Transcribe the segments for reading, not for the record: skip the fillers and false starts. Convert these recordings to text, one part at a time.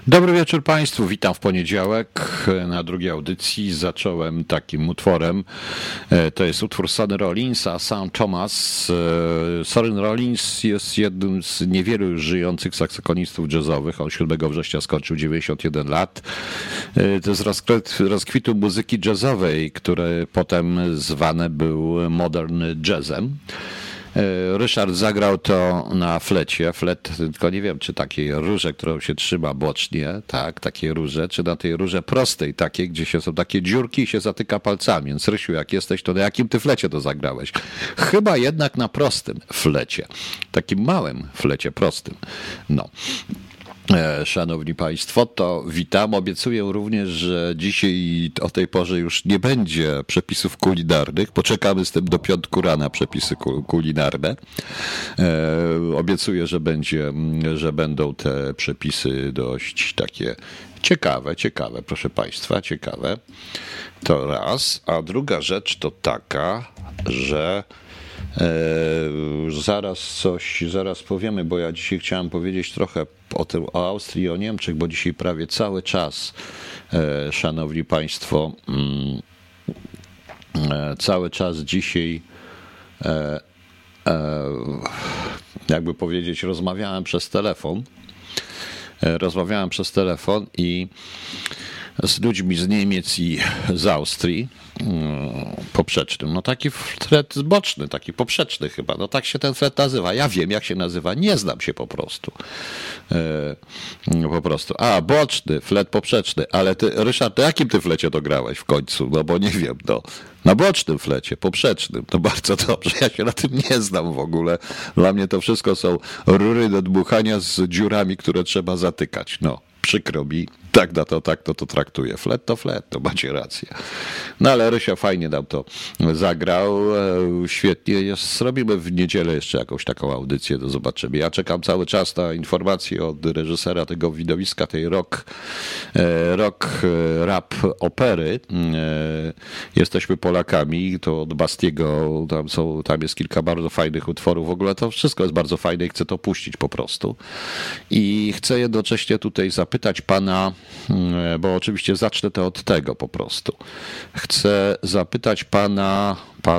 Dobry wieczór Państwu, witam w poniedziałek na drugiej audycji. Zacząłem takim utworem, to jest utwór Sonny Rollinsa, St. Thomas. Sonny Rollins jest jednym z niewielu już żyjących saksofonistów jazzowych. On 7 września skończył 91 lat. To jest rozkwitu muzyki jazzowej, który potem zwany był modern jazzem. Ryszard zagrał to na flecie. Flet, tylko nie wiem, czy takiej rurze, którą się trzyma bocznie, tak, takiej rurze, czy na tej rurze prostej, takiej, gdzie są takie dziurki i się zatyka palcami. Więc Rysiu, jak jesteś, to na jakim ty flecie to zagrałeś? Chyba jednak na prostym flecie. Takim małym flecie, prostym. No. Szanowni Państwo, to witam. Obiecuję również, że dzisiaj o tej porze już nie będzie przepisów kulinarnych. Poczekamy z tym do piątku rana przepisy kulinarne. Obiecuję, że będą te przepisy dość takie ciekawe, proszę Państwa, ciekawe. To raz. A druga rzecz to taka, że zaraz powiemy, bo ja dzisiaj chciałem powiedzieć trochę o Austrii i o Niemczech, bo dzisiaj prawie cały czas, szanowni Państwo, cały czas dzisiaj, jakby powiedzieć, rozmawiałem przez telefon i z ludźmi z Niemiec i z Austrii, poprzecznym. No taki thread boczny, taki poprzeczny chyba. No tak się ten thread nazywa. Ja wiem, jak się nazywa. Nie znam się po prostu. A, boczny, flet poprzeczny. Ale ty, Ryszard, na jakim ty flecie to grałeś w końcu? No bo nie wiem, no. Na bocznym flecie, poprzecznym. No bardzo dobrze. Ja się na tym nie znam w ogóle. Dla mnie to wszystko są rury do dmuchania z dziurami, które trzeba zatykać. No. Przykro mi, tak to traktuję. Flet, to macie rację. No ale Rysia fajnie nam to zagrał, świetnie. Zrobimy w niedzielę jeszcze jakąś taką audycję, to zobaczymy. Ja czekam cały czas na informacje od reżysera tego widowiska, tej rock opery. Jesteśmy Polakami, to od Bastiego, tam jest kilka bardzo fajnych utworów. W ogóle to wszystko jest bardzo fajne i chcę to puścić po prostu. I chcę jednocześnie tutaj zapytać pana, bo oczywiście zacznę to od tego po prostu. Chcę zapytać pana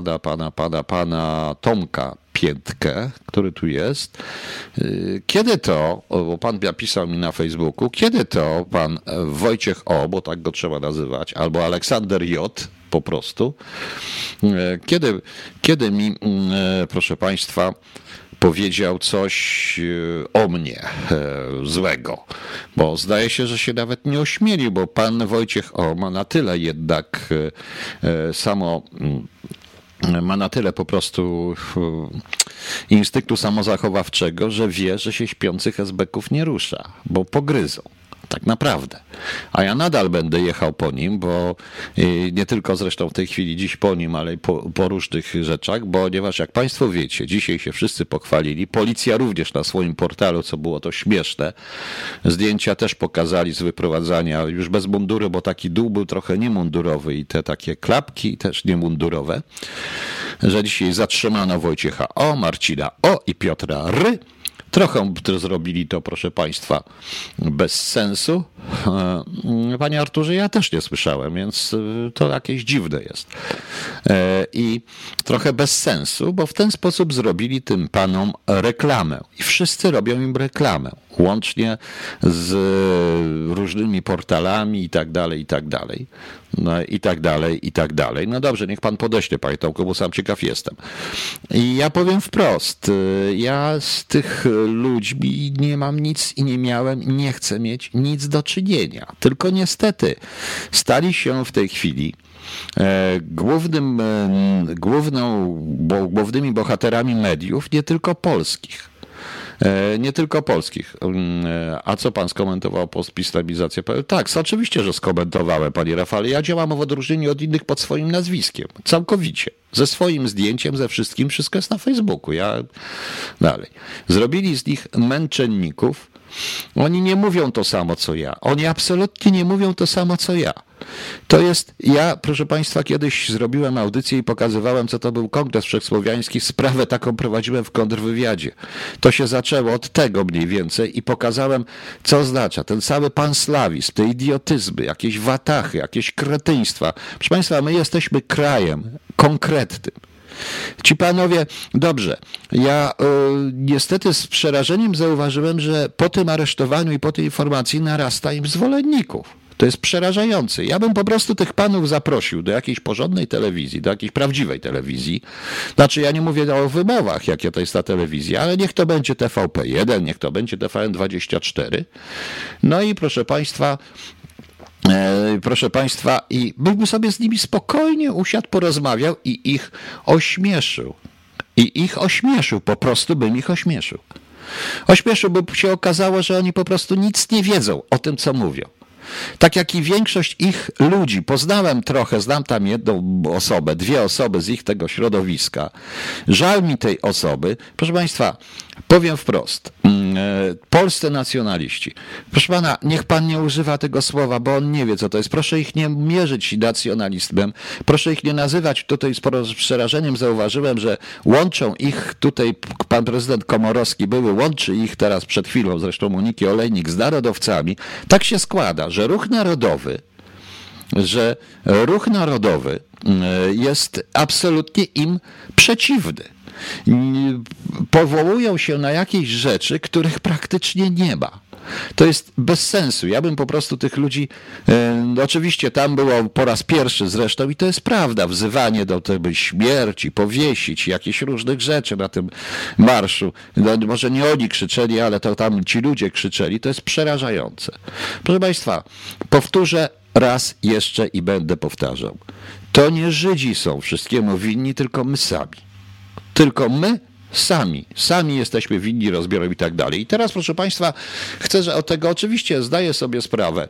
Tomka Piętkę, który tu jest. Kiedy to, bo pan napisał mi na Facebooku, kiedy to pan Wojciech O, bo tak go trzeba nazywać, albo Aleksander J, po prostu, kiedy mi, proszę państwa, powiedział coś o mnie złego, bo zdaje się, że się nawet nie ośmielił, bo pan Wojciech O ma na tyle jednak ma na tyle po prostu instynktu samozachowawczego, że wie, że się śpiących esbeków nie rusza, bo pogryzą. Tak naprawdę. A ja nadal będę jechał po nim, bo nie tylko zresztą w tej chwili dziś po nim, ale i po różnych rzeczach, ponieważ jak Państwo wiecie, dzisiaj się wszyscy pochwalili, policja również na swoim portalu, co było to śmieszne, zdjęcia też pokazali z wyprowadzania, już bez munduru, bo taki dół był trochę niemundurowy i te takie klapki też niemundurowe, że dzisiaj zatrzymano Wojciecha O, Marcina O i Piotra R. Trochę zrobili to, proszę Państwa, bez sensu. Panie Arturze, ja też nie słyszałem, więc to jakieś dziwne jest. I trochę bez sensu, bo w ten sposób zrobili tym panom reklamę. I wszyscy robią im reklamę, łącznie z różnymi portalami i tak dalej, i tak dalej. No i tak dalej, i tak dalej. No dobrze, niech pan podeśle, panie Tomku, bo sam ciekaw jestem. I ja powiem wprost, ja z tych ludźmi nie mam nic i nie miałem, i nie chcę mieć nic do czynienia. Tylko niestety stali się w tej chwili głównymi bohaterami mediów, nie tylko polskich. Nie tylko polskich. A co pan skomentował post-islamizację? Tak, oczywiście, że skomentowałem, panie Rafale. Ja działam w odróżnieniu od innych pod swoim nazwiskiem. Całkowicie. Ze swoim zdjęciem, ze wszystkim. Wszystko jest na Facebooku. Dalej. Zrobili z nich męczenników. Oni nie mówią to samo, co ja. Oni absolutnie nie mówią to samo, co ja. To jest, ja proszę Państwa kiedyś zrobiłem audycję i pokazywałem, co to był Kongres Wszechsłowiański, sprawę taką prowadziłem w kontrwywiadzie. To się zaczęło od tego mniej więcej i pokazałem, co oznacza ten cały panslawizm, te idiotyzmy, jakieś watachy, jakieś kretyństwa. Proszę Państwa, my jesteśmy krajem konkretnym. Ci panowie, dobrze, ja niestety z przerażeniem zauważyłem, że po tym aresztowaniu i po tej informacji narasta im zwolenników. To jest przerażające. Ja bym po prostu tych panów zaprosił do jakiejś porządnej telewizji, do jakiejś prawdziwej telewizji. Znaczy, ja nie mówię o wymowach, jakie to jest ta telewizja, ale niech to będzie TVP1, niech to będzie TVN24. No i proszę Państwa, i bym sobie z nimi spokojnie usiadł, porozmawiał i ich ośmieszył. Po prostu bym ich ośmieszył. Ośmieszył, bo się okazało, że oni po prostu nic nie wiedzą o tym, co mówią. Tak jak i większość ich ludzi, poznałem trochę, znam tam jedną osobę, dwie osoby z ich tego środowiska. Żal mi tej osoby. Proszę Państwa, powiem wprost, polscy nacjonaliści. Proszę Pana, niech Pan nie używa tego słowa, bo on nie wie, co to jest. Proszę ich nie mierzyć nacjonalizmem, proszę ich nie nazywać, tutaj z przerażeniem zauważyłem, że łączą ich, tutaj pan prezydent Komorowski łączy ich teraz przed chwilą, zresztą Moniki Olejnik, z narodowcami. Tak się składa, że ruch narodowy jest absolutnie im przeciwny. Powołują się na jakieś rzeczy, których praktycznie nie ma. To jest bez sensu. Ja bym po prostu tych ludzi, oczywiście tam było po raz pierwszy zresztą i to jest prawda, wzywanie do tego śmierci, powiesić, jakieś różnych rzeczy na tym marszu. No, może nie oni krzyczeli, ale to tam ci ludzie krzyczeli. To jest przerażające. Proszę Państwa, powtórzę raz jeszcze i będę powtarzał. To nie Żydzi są wszystkiemu winni, tylko my sami. Tylko my sami jesteśmy winni rozbiorom i tak dalej. I teraz, proszę Państwa, chcę, że od tego oczywiście zdaję sobie sprawę.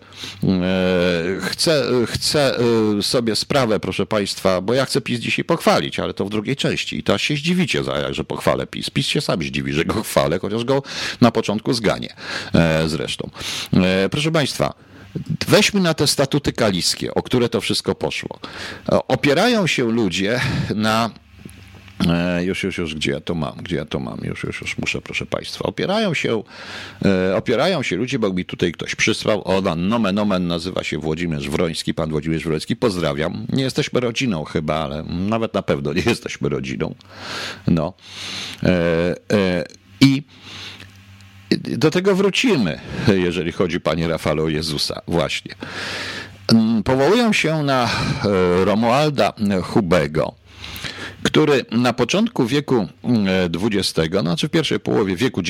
Chcę sobie sprawę, proszę Państwa, bo ja chcę PiS dzisiaj pochwalić, ale to w drugiej części. I teraz się zdziwicie, że pochwalę PiS. PiS się sam zdziwi, że go chwalę, chociaż go na początku zganię zresztą. Proszę Państwa, weźmy na te statuty kaliskie, o które to wszystko poszło. Opierają się ludzie na... Gdzie ja to mam? Już muszę, proszę Państwa. Opierają się ludzie, bo mi tutaj ktoś przysłał. Nomen omen nazywa się Włodzimierz Wroński, pan Włodzimierz Wroński. Pozdrawiam. Nie jesteśmy rodziną chyba, ale nawet na pewno nie jesteśmy rodziną. No. I do tego wrócimy, jeżeli chodzi, panie Rafale, o Jezusa. Właśnie. Powołują się na Romualda Hubego, który na początku wieku XX, znaczy w pierwszej połowie wieku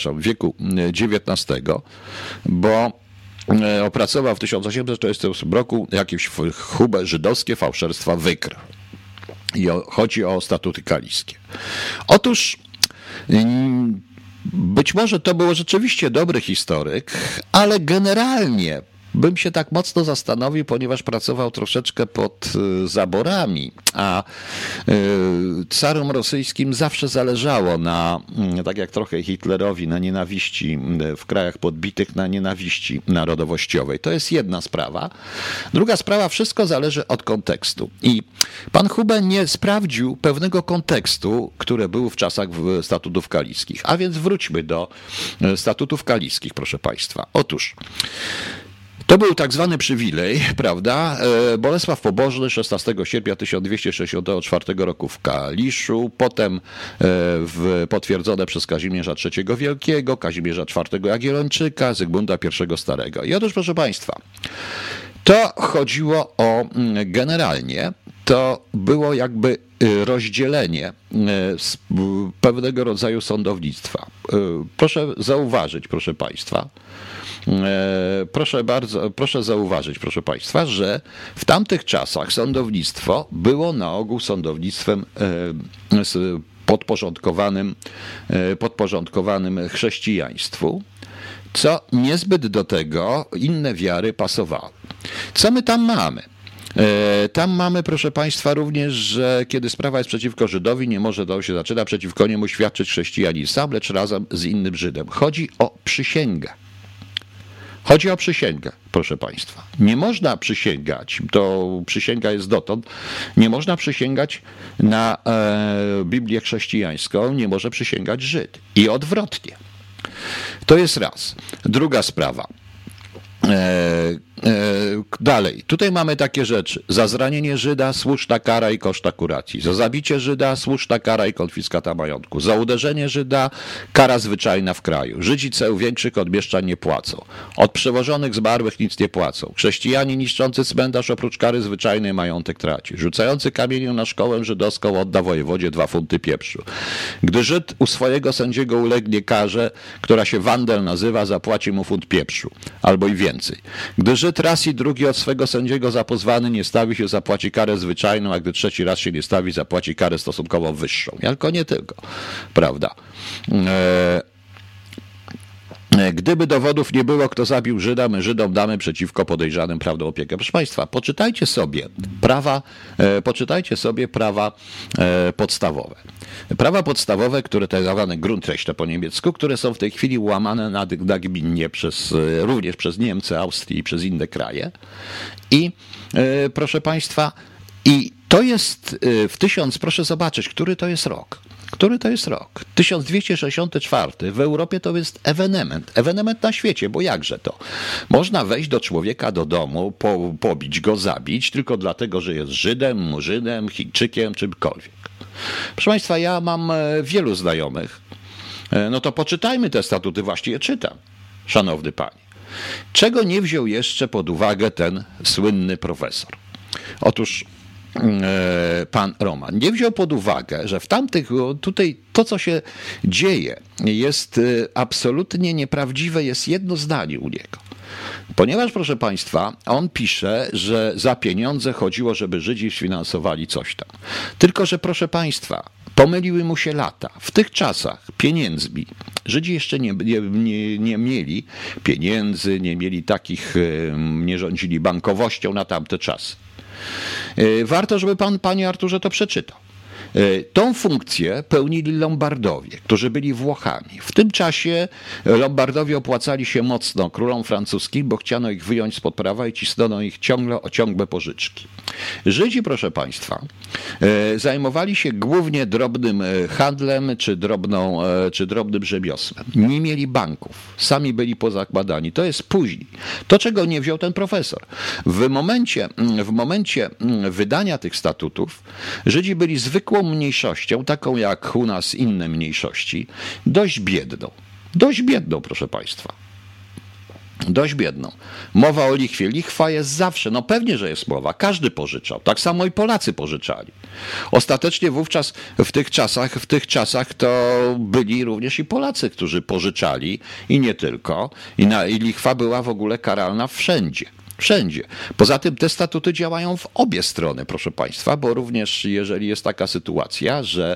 XIX, bo opracował w 1848 roku jakieś żydowskie fałszerstwa wykr. I chodzi o statuty kaliskie. Otóż być może to był rzeczywiście dobry historyk, ale generalnie bym się tak mocno zastanowił, ponieważ pracował troszeczkę pod zaborami, a carom rosyjskim zawsze zależało na, tak jak trochę Hitlerowi, na nienawiści w krajach podbitych, na nienawiści narodowościowej. To jest jedna sprawa. Druga sprawa, wszystko zależy od kontekstu. I pan Hube nie sprawdził pewnego kontekstu, który był w czasach statutów kaliskich. A więc wróćmy do statutów kaliskich, proszę Państwa. Otóż to był tak zwany przywilej, prawda? Bolesław Pobożny 16 sierpnia 1264 roku w Kaliszu, potem potwierdzone przez Kazimierza III Wielkiego, Kazimierza IV Jagiellończyka, Zygmunta I Starego. I otóż, proszę Państwa, to chodziło o generalnie, to było jakby rozdzielenie pewnego rodzaju sądownictwa. Proszę zauważyć, proszę Państwa, proszę zauważyć, proszę Państwa, że w tamtych czasach sądownictwo było na ogół sądownictwem podporządkowanym chrześcijaństwu, co niezbyt do tego inne wiary pasowały. Co my tam mamy? Tam mamy, proszę Państwa, również, że kiedy sprawa jest przeciwko Żydowi, nie może to się zaczyna przeciwko niemu świadczyć chrześcijanin sam, lecz razem z innym Żydem. Chodzi o przysięgę. Chodzi o przysięgę, proszę Państwa. Nie można przysięgać, to przysięga jest dotąd, nie można przysięgać na Biblię chrześcijańską, nie może przysięgać Żyd. I odwrotnie. To jest raz. Druga sprawa. Dalej, tutaj mamy takie rzeczy. Za zranienie Żyda słuszna kara i koszt kuracji. Za zabicie Żyda słuszna kara i konfiskata majątku. Za uderzenie Żyda kara zwyczajna w kraju. Żydzi ceł większych od mieszczań nie płacą. Od przewożonych zmarłych nic nie płacą. Chrześcijanie niszczący cmentarz oprócz kary zwyczajnej majątek traci. Rzucający kamieniem na szkołę żydowską odda wojewodzie 2 funty pieprzu. Gdy Żyd u swojego sędziego ulegnie karze, która się wandel nazywa, zapłaci mu funt pieprzu. Albo i więcej. Gdy Żyd raz i drugi od swego sędziego zapozwany nie stawi się, zapłaci karę zwyczajną, a gdy trzeci raz się nie stawi, zapłaci karę stosunkowo wyższą. Tylko nie tylko, prawda? Gdyby dowodów nie było, kto zabił Żyda, my Żydom damy przeciwko podejrzanym prawdą opiekę. Proszę Państwa, poczytajcie sobie prawa podstawowe. Prawa podstawowe, które to jest zwane Grundrechte po niemiecku, które są w tej chwili łamane nagminnie również przez Niemcy, Austrię i przez inne kraje. I proszę Państwa, i to jest proszę zobaczyć, który to jest rok. Który to jest rok? 1264. W Europie to jest ewenement na świecie, bo jakże to? Można wejść do człowieka do domu, pobić go, zabić, tylko dlatego, że jest Żydem, Murzynem, Chińczykiem, czymkolwiek. Proszę Państwa, ja mam wielu znajomych. No to poczytajmy te statuty, właściwie czytam, szanowny panie. Czego nie wziął jeszcze pod uwagę ten słynny profesor? Otóż pan Roman nie wziął pod uwagę, że w tamtych, tutaj to, co się dzieje, jest absolutnie nieprawdziwe, jest jedno zdanie u niego. Ponieważ, proszę Państwa, on pisze, że za pieniądze chodziło, żeby Żydzi sfinansowali coś tam. Tylko że, proszę Państwa, pomyliły mu się lata. W tych czasach pieniędzmi Żydzi jeszcze nie mieli pieniędzy, nie mieli takich, nie rządzili bankowością na tamte czasy. Warto, żeby pan, panie Arturze, to przeczytał. Tą funkcję pełnili Lombardowie, którzy byli Włochami. W tym czasie Lombardowie opłacali się mocno królom francuskim, bo chciano ich wyjąć spod prawa i cisnąno ich ciągle o ciągłe pożyczki. Żydzi, proszę Państwa, zajmowali się głównie drobnym handlem czy drobnym rzemiosłem. Nie mieli banków, sami byli pozakładani. To jest później. To, czego nie wziął ten profesor. W momencie wydania tych statutów Żydzi byli zwykłą mniejszością, taką jak u nas inne mniejszości, dość biedną, proszę Państwa. Dość biedną. Mowa o lichwie. Lichwa jest zawsze, no pewnie, że jest mowa. Każdy pożyczał. Tak samo i Polacy pożyczali. Ostatecznie wówczas, w tych czasach to byli również i Polacy, którzy pożyczali i nie tylko. I lichwa była w ogóle karalna wszędzie. Wszędzie. Poza tym te statuty działają w obie strony, proszę Państwa, bo również jeżeli jest taka sytuacja, że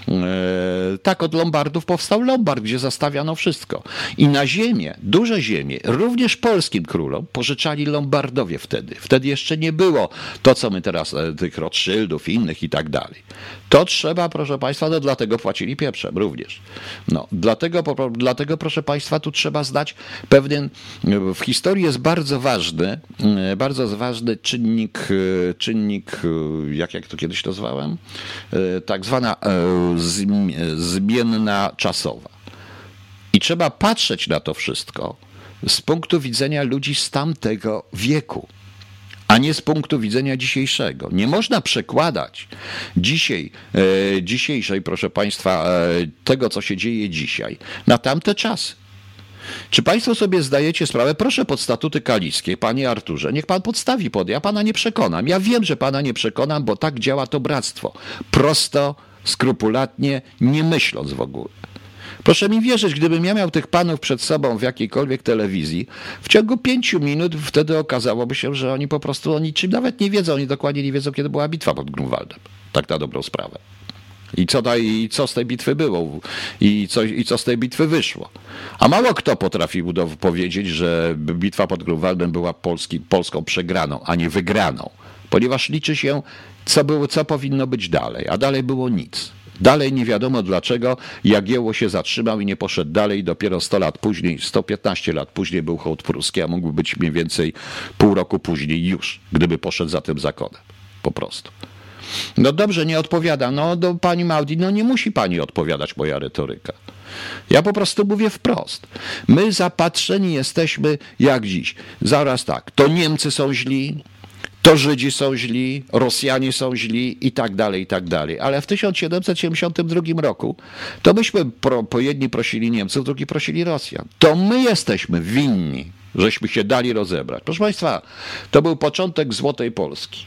tak od Lombardów powstał Lombard, gdzie zastawiano wszystko. I na ziemię, duże ziemie, również polskim królom pożyczali Lombardowie wtedy. Wtedy jeszcze nie było to, co my teraz, tych Rothschildów, innych i tak dalej. To trzeba, proszę Państwa, no dlatego płacili pieprzem również. No, dlatego, proszę Państwa, tu trzeba znać pewien, w historii jest bardzo ważny czynnik, jak to kiedyś to zwałem, tak zwana zmienna czasowa. I trzeba patrzeć na to wszystko z punktu widzenia ludzi z tamtego wieku, a nie z punktu widzenia dzisiejszego. Nie można przekładać dzisiejszej, proszę Państwa, tego, co się dzieje dzisiaj, na tamte czasy. Czy Państwo sobie zdajecie sprawę? Proszę pod statuty kaliskie, panie Arturze, niech pan podstawi ja pana nie przekonam. Ja wiem, że pana nie przekonam, bo tak działa to bractwo. Prosto, skrupulatnie, nie myśląc w ogóle. Proszę mi wierzyć, gdybym ja miał tych panów przed sobą w jakiejkolwiek telewizji, w ciągu 5 minut wtedy okazałoby się, że oni po prostu o niczym nawet nie wiedzą, oni dokładnie nie wiedzą, kiedy była bitwa pod Grunwaldem. Tak na dobrą sprawę. I co z tej bitwy było, i co z tej bitwy wyszło. A mało kto potrafił powiedzieć, że bitwa pod Grunwaldem była Polską przegraną, a nie wygraną, ponieważ liczy się, co powinno być dalej, a dalej było nic. Dalej nie wiadomo dlaczego Jagiełło się zatrzymał i nie poszedł dalej. Dopiero 100 lat później, 115 lat później był hołd pruski, a mógłby być mniej więcej pół roku później już, gdyby poszedł za tym zakonem. Po prostu. No dobrze, nie odpowiada. No do pani Maudii, no nie musi pani odpowiadać, moja retoryka. Ja po prostu mówię wprost. My zapatrzeni jesteśmy jak dziś. Zaraz tak, to Niemcy są źli, to Żydzi są źli, Rosjanie są źli i tak dalej, i tak dalej. Ale w 1772 roku to myśmy jedni prosili Niemców, drugi prosili Rosjan. To my jesteśmy winni, żeśmy się dali rozebrać. Proszę państwa, to był początek Złotej Polski.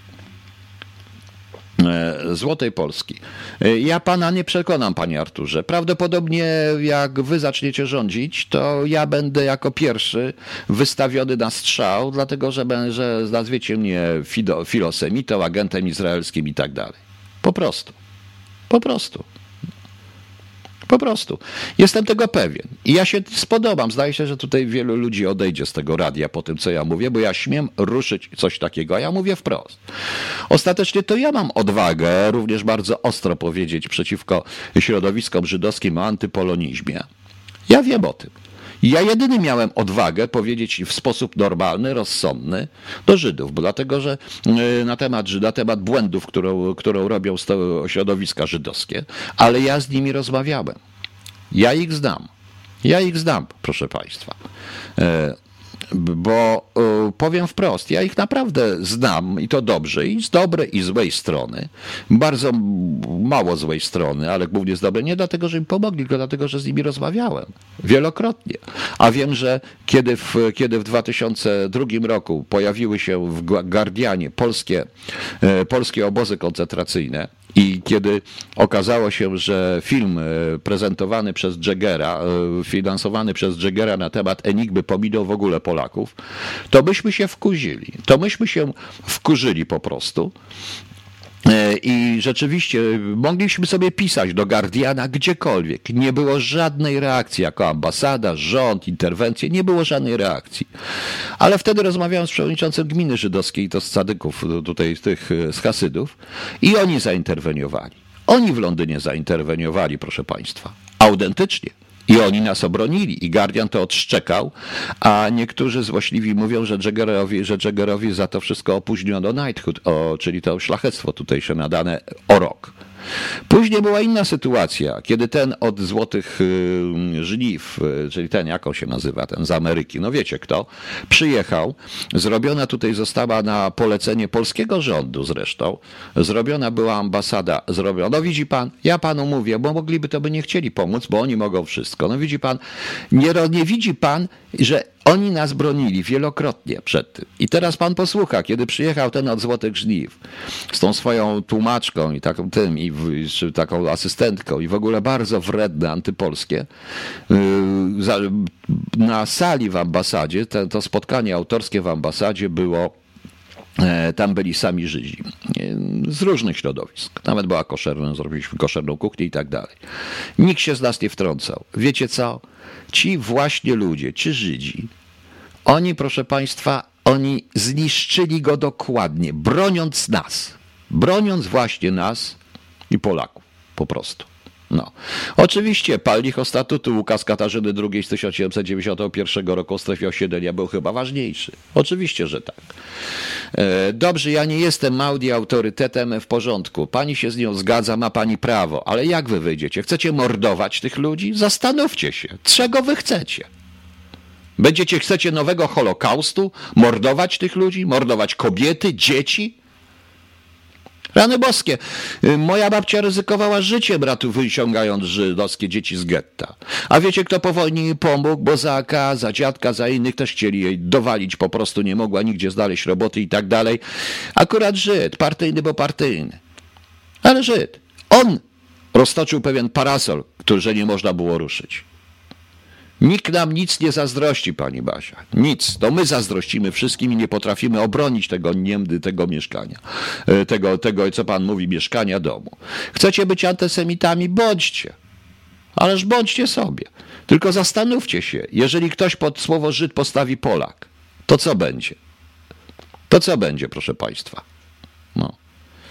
Złotej Polski. Ja pana nie przekonam, panie Arturze. Prawdopodobnie jak wy zaczniecie rządzić, to ja będę jako pierwszy wystawiony na strzał, dlatego że nazwiecie mnie filosemitą, agentem izraelskim i tak dalej. Po prostu. Po prostu. Po prostu. Jestem tego pewien. I ja się spodobam. Zdaje się, że tutaj wielu ludzi odejdzie z tego radia po tym, co ja mówię, bo ja śmiem ruszyć coś takiego, a ja mówię wprost. Ostatecznie to ja mam odwagę również bardzo ostro powiedzieć przeciwko środowiskom żydowskim o antypolonizmie. Ja wiem o tym. Ja jedyny miałem odwagę powiedzieć w sposób normalny, rozsądny do Żydów, bo dlatego, że na temat błędów, którą robią środowiska żydowskie, ale ja z nimi rozmawiałem. Ja ich znam, proszę państwa. Bo powiem wprost, ja ich naprawdę znam i to dobrze, i z dobrej i złej strony. Bardzo mało złej strony, ale głównie z dobrej. Nie dlatego, że mi pomogli, tylko dlatego, że z nimi rozmawiałem wielokrotnie. A wiem, że kiedy w 2002 roku pojawiły się w Guardianie polskie obozy koncentracyjne, i kiedy okazało się, że film prezentowany przez Jaggera, finansowany przez Jaggera na temat Enigmy pominął w ogóle Polaków, to myśmy się wkurzyli. Po prostu. I rzeczywiście mogliśmy sobie pisać do Guardiana gdziekolwiek. Nie było żadnej reakcji, jako ambasada, rząd, interwencje, nie było żadnej reakcji. Ale wtedy rozmawiałem z przewodniczącym gminy żydowskiej, to z Sadyków, tutaj z Hasydów, i oni zainterweniowali. Oni w Londynie zainterweniowali, proszę państwa, autentycznie. I oni nas obronili i Guardian to odszczekał, a niektórzy złośliwi mówią, że Jaggerowi za to wszystko opóźniono knighthood, czyli to szlachectwo tutejsze nadane o rok. Później była inna sytuacja, kiedy ten od Złotych Żniw, czyli ten, jak on się nazywa, ten z Ameryki, no wiecie kto, przyjechał, zrobiona tutaj została na polecenie polskiego rządu zresztą, zrobiona była ambasada, no widzi pan, ja panu mówię, bo mogliby to by nie chcieli pomóc, bo oni mogą wszystko. No widzi pan, nie widzi pan, że oni nas bronili wielokrotnie przed tym. I teraz pan posłucha, kiedy przyjechał ten od Złotych Żniw z tą swoją tłumaczką i taką asystentką i w ogóle bardzo wredne, antypolskie, na sali w ambasadzie, to spotkanie autorskie w ambasadzie było, tam byli sami Żydzi z różnych środowisk. Nawet była koszerna, zrobiliśmy koszerną kuchnię i tak dalej. Nikt się z nas nie wtrącał. Wiecie co? Ci właśnie ludzie, ci Żydzi, oni, proszę państwa, oni zniszczyli go dokładnie, broniąc właśnie nas i Polaków, po prostu. No. Oczywiście palnicho statutu ukaz Katarzyny II z 1791 roku o strefie osiedlenia był chyba ważniejszy. Oczywiście, że tak. Dobrze, ja nie jestem Maudii autorytetem, w porządku. Pani się z nią zgadza, ma pani prawo, ale jak wy wyjdziecie? Chcecie mordować tych ludzi? Zastanówcie się, czego wy chcecie. Chcecie nowego Holokaustu? Mordować tych ludzi? Mordować kobiety, dzieci? Rany boskie. Moja babcia ryzykowała życiem, wyciągając żydowskie dzieci z getta. A wiecie, kto po wojnie jej pomógł? Bo za AK, za dziadka, za innych też chcieli jej dowalić. Po prostu nie mogła nigdzie znaleźć roboty i tak dalej. Akurat Żyd, partyjny, bo partyjny. Ale Żyd. On roztoczył pewien parasol, który nie można było ruszyć. Nikt nam nic nie zazdrości, pani Basia. Nic. To my zazdrościmy wszystkim i nie potrafimy obronić tego mieszkania. Tego, co pan mówi, mieszkania, domu. Chcecie być antysemitami? Bądźcie. Ależ bądźcie sobie. Tylko zastanówcie się, jeżeli ktoś pod słowo Żyd postawi Polak, to co będzie? To co będzie, proszę państwa? No.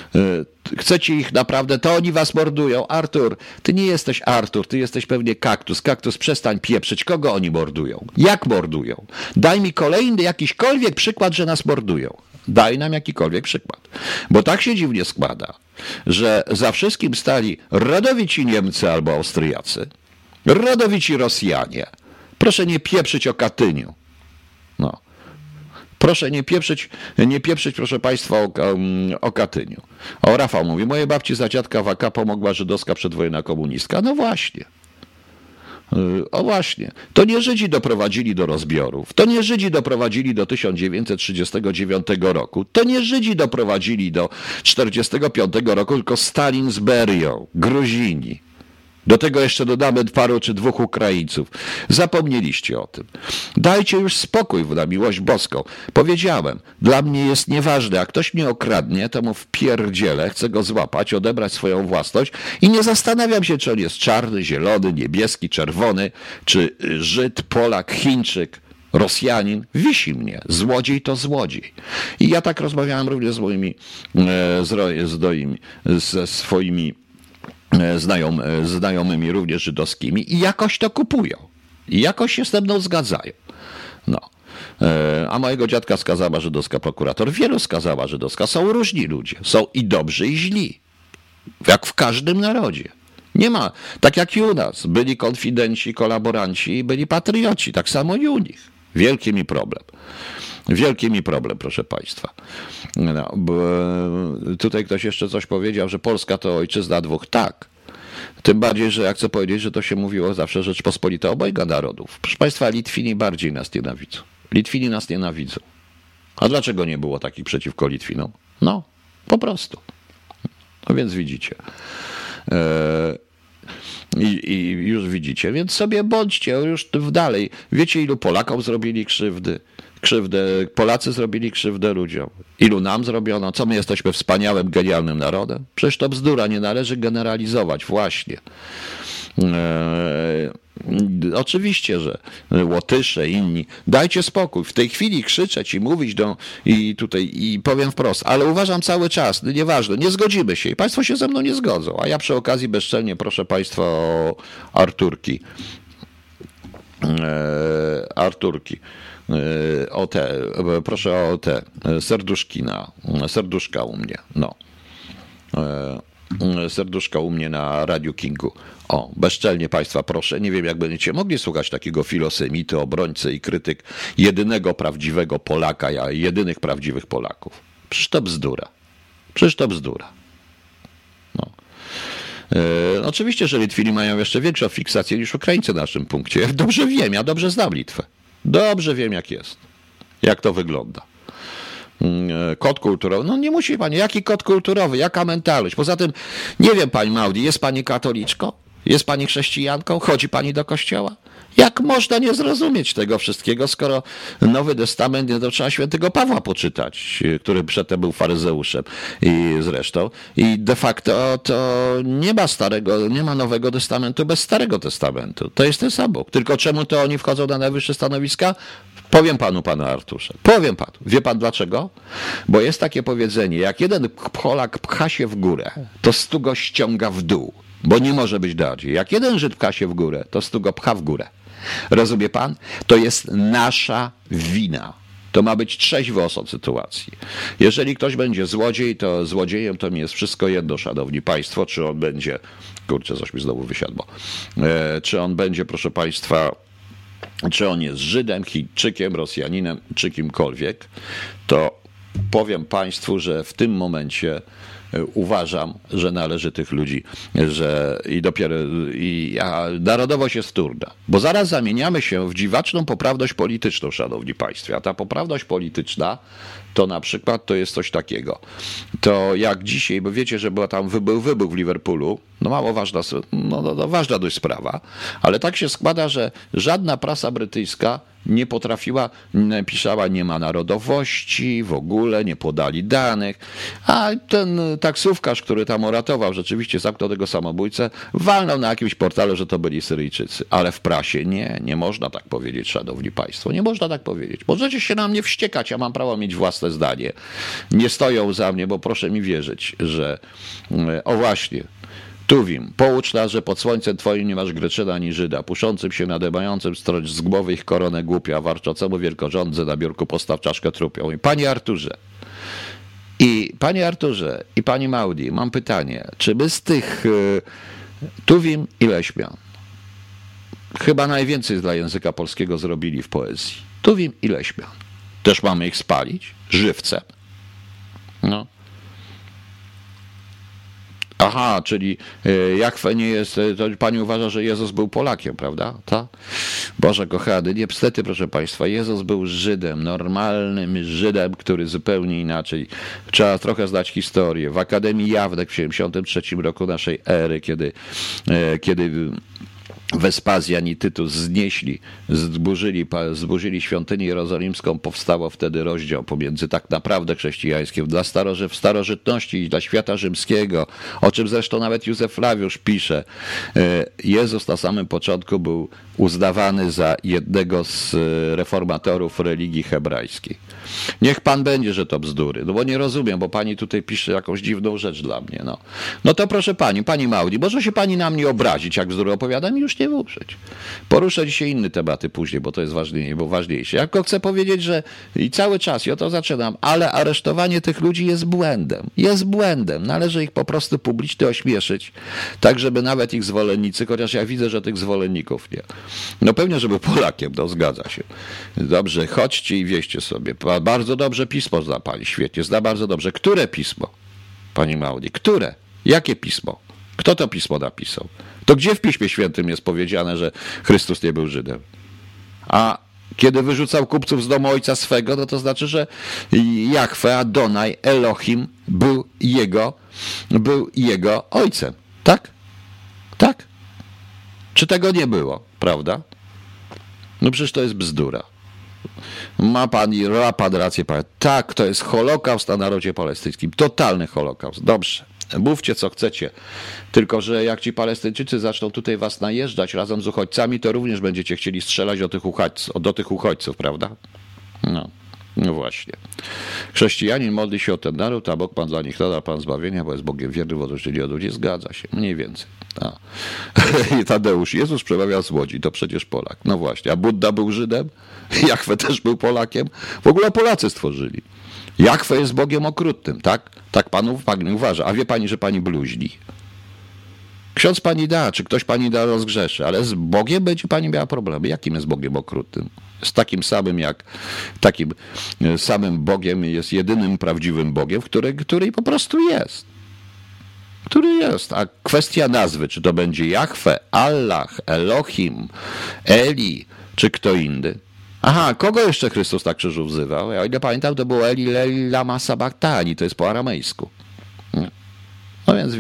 Chcecie ich naprawdę, to oni was mordują. Artur, ty nie jesteś Artur, ty jesteś pewnie Kaktus. Kaktus, przestań pieprzyć. Kogo oni mordują? Jak mordują? Daj mi kolejny jakiśkolwiek przykład, że nas mordują. Daj nam jakikolwiek przykład. Bo tak się dziwnie składa, że za wszystkim stali rodowici Niemcy albo Austriacy, rodowici Rosjanie. Proszę nie pieprzyć o Katyniu. No. Proszę nie pieprzyć, proszę Państwa, o Katyniu. O, Rafał mówi, mojej babci za dziadka w AK pomogła żydowska przedwojenna komunistka. No właśnie. O właśnie. To nie Żydzi doprowadzili do rozbiorów. To nie Żydzi doprowadzili do 1939 roku. To nie Żydzi doprowadzili do 1945 roku, tylko Stalin z Berią, Gruzini. Do tego jeszcze dodamy paru czy dwóch Ukraińców. Zapomnieliście o tym. Dajcie już spokój na miłość boską. Powiedziałem, dla mnie jest nieważne, jak ktoś mnie okradnie, to mu wpierdzielę, chcę go złapać, odebrać swoją własność i nie zastanawiam się, czy on jest czarny, zielony, niebieski, czerwony, czy Żyd, Polak, Chińczyk, Rosjanin. Wisi mnie. Złodziej to złodziej. I ja tak rozmawiałem również ze swoimi znajomymi również żydowskimi i jakoś to kupują. I jakoś się ze mną zgadzają. No. A mojego dziadka skazała żydowska prokurator. Wielu skazała żydowska. Są różni ludzie. Są i dobrzy, i źli. Jak w każdym narodzie. Nie ma, tak jak i u nas. Byli konfidenci, kolaboranci i byli patrioci. Tak samo i u nich. Wielki mi problem. Wielki mi problem, proszę Państwa. No, tutaj ktoś jeszcze coś powiedział, że Polska to ojczyzna dwóch. Tak. Tym bardziej, że ja chcę powiedzieć, że to się mówiło zawsze Rzeczpospolita obojga narodów. Proszę Państwa, Litwini bardziej nas nienawidzą. Litwini nas nienawidzą. A dlaczego nie było takich przeciwko Litwinom? No, po prostu. No więc widzicie. I już widzicie. Więc sobie bądźcie już dalej. Wiecie, ilu Polakom zrobili krzywdę? Polacy zrobili krzywdę ludziom. Ilu nam zrobiono? Co my jesteśmy wspaniałym, genialnym narodem? Przecież to bzdura, nie należy generalizować. Właśnie. Oczywiście, że Łotysze, inni. Dajcie spokój. W tej chwili krzyczeć i mówić i powiem wprost, ale uważam cały czas, nieważne, nie zgodzimy się i Państwo się ze mną nie zgodzą. A ja przy okazji bezczelnie proszę Państwa o Arturki. Proszę o te serduszka u mnie. No. Serduszka u mnie na Radiu Kingu. O, bezczelnie Państwa proszę, nie wiem jak będziecie mogli słuchać takiego filosemity, obrońcy i krytyk jedynego prawdziwego Polaka, jedynych prawdziwych Polaków. Przecież to bzdura. No. Oczywiście, że Litwini mają jeszcze większą fiksację niż Ukraińcy na naszym punkcie. Dobrze wiem, ja dobrze znam Litwę. Dobrze wiem jak jest. Jak to wygląda. Kod kulturowy. No nie musi pani. Jaki kod kulturowy? Jaka mentalność? Poza tym, nie wiem pani Maudi, jest pani katoliczką? Jest pani chrześcijanką? Chodzi pani do kościoła? Jak można nie zrozumieć tego wszystkiego, skoro Nowy Testament, to trzeba świętego Pawła poczytać, który przedtem był faryzeuszem i zresztą. I de facto to nie ma Nowego Testamentu bez Starego Testamentu. To jest ten sam Bóg. Tylko czemu to oni wchodzą na najwyższe stanowiska? Powiem panu, panie Arturze. Powiem panu. Wie pan dlaczego? Bo jest takie powiedzenie, jak jeden Polak pcha się w górę, to 100 go ściąga w dół. Bo nie może być bardziej. Jak jeden Żyd pcha się w górę, to 100 go pcha w górę. Rozumie pan? To jest nasza wina. To ma być trzeźwy osąd sytuacji. Jeżeli ktoś będzie złodziejem, to mi jest wszystko jedno, szanowni państwo, czy on będzie, kurczę, coś mi znowu wysiadło, czy on będzie, proszę państwa, czy on jest Żydem, Chińczykiem, Rosjaninem, czy kimkolwiek, to powiem państwu, że w tym momencie uważam, że należy tych ludzi, a narodowość jest wtórna, bo zaraz zamieniamy się w dziwaczną poprawność polityczną, szanowni państwo, a ta poprawność polityczna to na przykład to jest coś takiego. To jak dzisiaj, bo wiecie, że był wybuch w Liverpoolu, no mało ważna, ważna dość sprawa, ale tak się składa, że żadna prasa brytyjska nie potrafiła, pisała, nie ma narodowości, w ogóle nie podali danych, a taksówkarz, który tam uratował, rzeczywiście zamknął tego samobójcę, walnął na jakimś portalu, że to byli Syryjczycy. Ale w prasie nie można tak powiedzieć, szanowni państwo. Nie można tak powiedzieć. Możecie się na mnie wściekać, ja mam prawo mieć własne zdanie. Nie stoją za mnie, bo proszę mi wierzyć, że... O właśnie... Tuwim, poucz nas, że pod słońcem twoim nie masz Greczyna ani Żyda, puszącym się nadymającym strocz z głowy ich koronę głupia, warczącemu wielkorządze na biurku postaw czaszkę trupią. I panie Arturze, i pani Maudi, mam pytanie, czy my z tych Tuwim i Leśmian chyba najwięcej dla języka polskiego zrobili w poezji? Tuwim i Leśmian. Też mamy ich spalić? Żywcem. No. Aha, czyli Jachwe nie jest, to pani uważa, że Jezus był Polakiem, prawda? Ta? Boże kochany, niestety, proszę państwa, Jezus był Żydem, normalnym Żydem, który zupełnie inaczej. Trzeba trochę znać historię. W Akademii Jawnek w 73 roku naszej ery, kiedy Wespazjan i Tytus zburzyli świątynię jerozolimską, powstało wtedy rozdział pomiędzy tak naprawdę chrześcijańskim w starożytności i dla świata rzymskiego, o czym zresztą nawet Józef Flawiusz pisze. Jezus na samym początku był uznawany za jednego z reformatorów religii hebrajskiej. Niech pan będzie, że to bzdury, no bo nie rozumiem, bo pani tutaj pisze jakąś dziwną rzecz dla mnie. No to proszę pani Maudi, może się pani na mnie obrazić, jak bzdury opowiadam i już nie wuprzeć. Poruszę dzisiaj inne tematy później, bo to jest ważniejsze. Ja tylko chcę powiedzieć, że i cały czas, i o to zaczynam, ale aresztowanie tych ludzi jest błędem. Jest błędem. Należy ich po prostu publicznie ośmieszyć, tak żeby nawet ich zwolennicy, chociaż ja widzę, że tych zwolenników nie. No pewnie, że był Polakiem, to zgadza się. Dobrze, chodźcie i wieście sobie. Bardzo dobrze pismo zna pani, świetnie, zna bardzo dobrze. Które pismo, pani Maudi? Które? Jakie pismo? Kto to pismo napisał? To gdzie w Piśmie Świętym jest powiedziane, że Chrystus nie był Żydem? A kiedy wyrzucał kupców z domu ojca swego, no to znaczy, że Jachwe, Adonai, Elohim był jego ojcem. Tak? Tak? Czy tego nie było, prawda? No przecież to jest bzdura. Ma pan rację, pan. Tak, to jest Holokaust na narodzie palestyńskim. Totalny Holokaust. Dobrze. Mówcie co chcecie, tylko że jak ci Palestyńczycy zaczną tutaj was najeżdżać razem z uchodźcami, to również będziecie chcieli strzelać do tych uchodźców, prawda? No właśnie. Chrześcijanin modli się o ten naród, a Bóg Pan dla nich nada Pan zbawienia, bo jest Bogiem wiernym w odróżnieniu od ludzi. Zgadza się, mniej więcej. I Tadeusz, Jezus przemawia z Łodzi, to przecież Polak. No właśnie, a Budda był Żydem? Jachwe też był Polakiem? W ogóle Polacy stworzyli. Jachwe jest Bogiem okrutnym, tak? Tak pani uważa. A wie pani, że pani bluźni? Ksiądz pani da, czy ktoś pani da rozgrzeszy, ale z Bogiem będzie pani miała problemy. Jakim jest Bogiem okrutnym? Z takim samym Bogiem jest jedynym prawdziwym Bogiem, który po prostu jest. Który jest. A kwestia nazwy, czy to będzie Jachwe, Allah, Elohim, Eli, czy kto inny? Aha, kogo jeszcze Chrystus na krzyżu wzywał? Ja o ile pamiętam, to było Eli lama sabachthani, to jest po aramejsku. No więc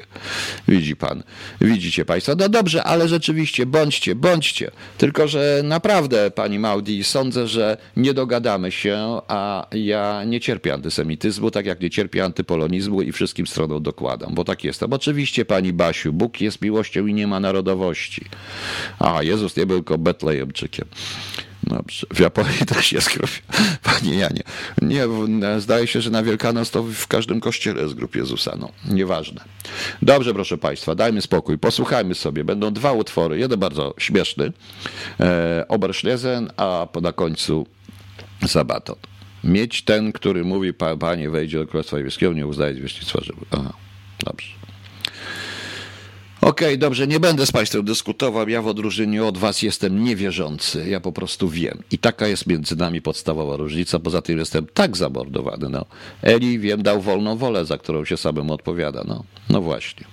widzicie państwo. No dobrze, ale rzeczywiście bądźcie. Tylko że naprawdę, pani Maudi, sądzę, że nie dogadamy się, a ja nie cierpię antysemityzmu, tak jak nie cierpię antypolonizmu i wszystkim stronom dokładam, bo tak jestem. Oczywiście, pani Basiu, Bóg jest miłością i nie ma narodowości. A Jezus nie był tylko Betlejemczykiem. Dobrze. W Japonii też jest grób. Panie Janie. Nie, zdaje się, że na Wielkanoc to w każdym kościele jest grób Jezusa. No, nieważne. Dobrze, proszę państwa, dajmy spokój. Posłuchajmy sobie. Będą dwa utwory. Jeden bardzo śmieszny. Oberschlesen, a na końcu Sabaton. Mieć ten, który mówi, panie wejdzie do Królestwa Niebieskiego, nie uznaje zwierzchnictwa żywych. Aha, dobrze. Okej, dobrze, nie będę z państwem dyskutował, ja w odróżnieniu od was jestem niewierzący, ja po prostu wiem. I taka jest między nami podstawowa różnica, poza tym jestem tak zamordowany, no. Eli, wiem, dał wolną wolę, za którą się samemu odpowiada, no właśnie.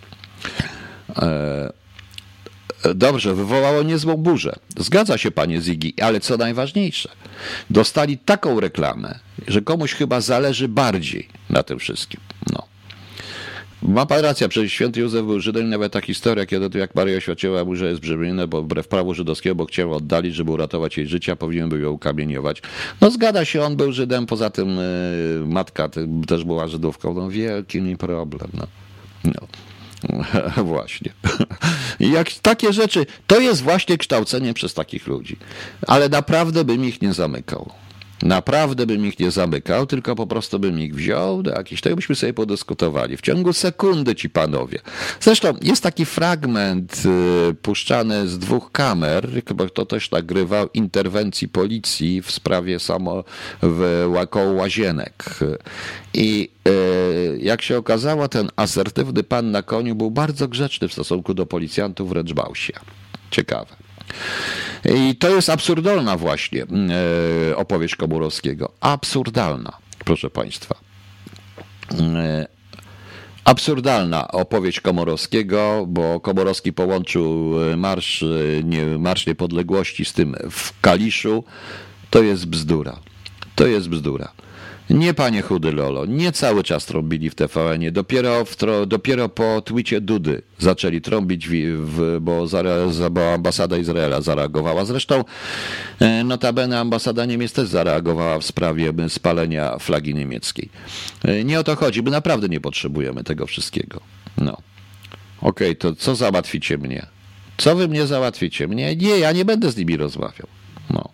Dobrze, wywołało niezłą burzę. Zgadza się, panie Ziggy, ale co najważniejsze, dostali taką reklamę, że komuś chyba zależy bardziej na tym wszystkim, no. Ma pan rację, przecież święty Józef był Żydem i nawet ta historia, kiedy to jak Maria oświadczyła mu, że jest brzemienna, bo wbrew prawu żydowskiemu, bo chciał oddalić, żeby uratować jej życie, a powinien był ją ukamieniować. No zgadza się, on był Żydem, poza tym matka też była Żydówką, no wielki mi problem, no. Właśnie. Jak takie rzeczy, to jest właśnie kształcenie przez takich ludzi. Ale naprawdę bym ich nie zamykał. Naprawdę bym ich nie zamykał, tylko po prostu bym ich wziął do jakiejś, to byśmy sobie podyskutowali. W ciągu sekundy ci panowie. Zresztą jest taki fragment puszczany z 2 kamer, chyba kto też nagrywał, interwencji policji w sprawie koło Łazienek. I jak się okazało, ten asertywny pan na koniu był bardzo grzeczny w stosunku do policjantów, wręcz bał się. Ciekawe. I to jest absurdalna właśnie opowieść Komorowskiego. Absurdalna, proszę państwa. Absurdalna opowieść Komorowskiego, bo Komorowski połączył Marsz Niepodległości z tym w Kaliszu. To jest bzdura. To jest bzdura. Nie, panie chudy Lolo, nie cały czas trąbili w TVN-ie. Dopiero po twicie Dudy zaczęli trąbić, bo ambasada Izraela zareagowała. Zresztą notabene ambasada Niemiec też zareagowała w sprawie spalenia flagi niemieckiej. Nie o to chodzi, my naprawdę nie potrzebujemy tego wszystkiego. No. Okej, to co załatwicie mnie? Co wy mnie załatwicie? Nie, ja nie będę z nimi rozmawiał. No.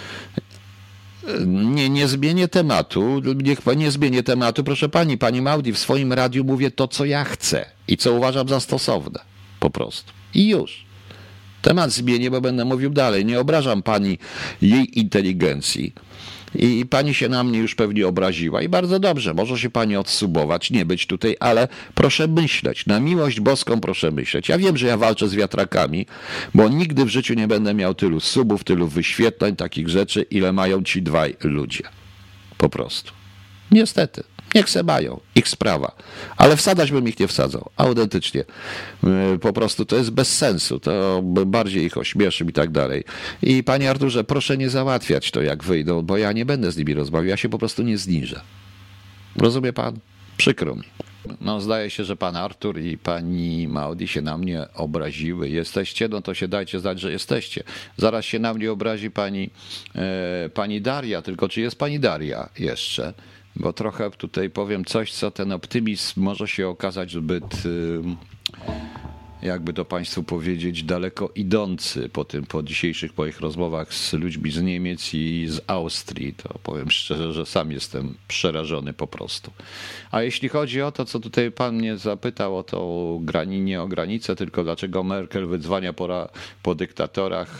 Nie zmienię tematu, nie zmienię tematu, proszę pani Maudi, w swoim radiu mówię to, co ja chcę i co uważam za stosowne, po prostu. I już. Temat zmienię, bo będę mówił dalej. Nie obrażam pani jej inteligencji i pani się na mnie już pewnie obraziła i bardzo dobrze, może się pani odsubować, nie być tutaj, ale proszę myśleć, na miłość boską proszę myśleć. Ja wiem, że ja walczę z wiatrakami, bo nigdy w życiu nie będę miał tylu subów, tylu wyświetleń, takich rzeczy, ile mają ci 2 ludzie. Po prostu. Niestety. Niech se mają, ich sprawa. Ale wsadzać bym ich nie wsadzał, autentycznie. Po prostu to jest bez sensu, to bardziej ich ośmieszy i tak dalej. I panie Arturze, proszę nie załatwiać to, jak wyjdą, bo ja nie będę z nimi rozmawiał, ja się po prostu nie zniżę. Rozumie pan? Przykro mi. No zdaje się, że pan Artur i pani Maudi się na mnie obraziły. Jesteście? No to się dajcie znać, że jesteście. Zaraz się na mnie obrazi pani Daria, tylko czy jest pani Daria jeszcze? Bo trochę tutaj powiem coś, co ten optymizm może się okazać zbyt, jakby to państwu powiedzieć, daleko idący po dzisiejszych moich rozmowach z ludźmi z Niemiec i z Austrii. To powiem szczerze, że sam jestem przerażony po prostu. A jeśli chodzi o to, co tutaj pan mnie zapytał o to nie o granicę, tylko dlaczego Merkel wydzwania po dyktatorach,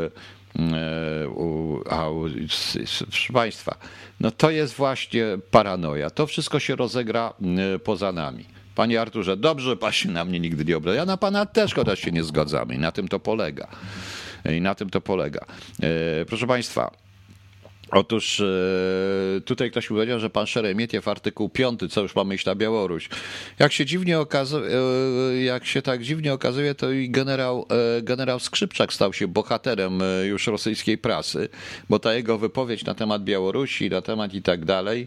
proszę państwa, no to jest właśnie paranoja. To wszystko się rozegra poza nami. Panie Arturze, dobrze, pan się na mnie nigdy nie obraża. Ja na pana też się nie zgadzamy i na tym to polega. Proszę państwa, otóż tutaj ktoś powiedział, że pan Szeremietiew, artykuł 5, co już mamy iść na Białoruś. Jak się tak dziwnie okazuje, to i generał Skrzypczak stał się bohaterem już rosyjskiej prasy, bo ta jego wypowiedź na temat Białorusi, na temat i tak dalej,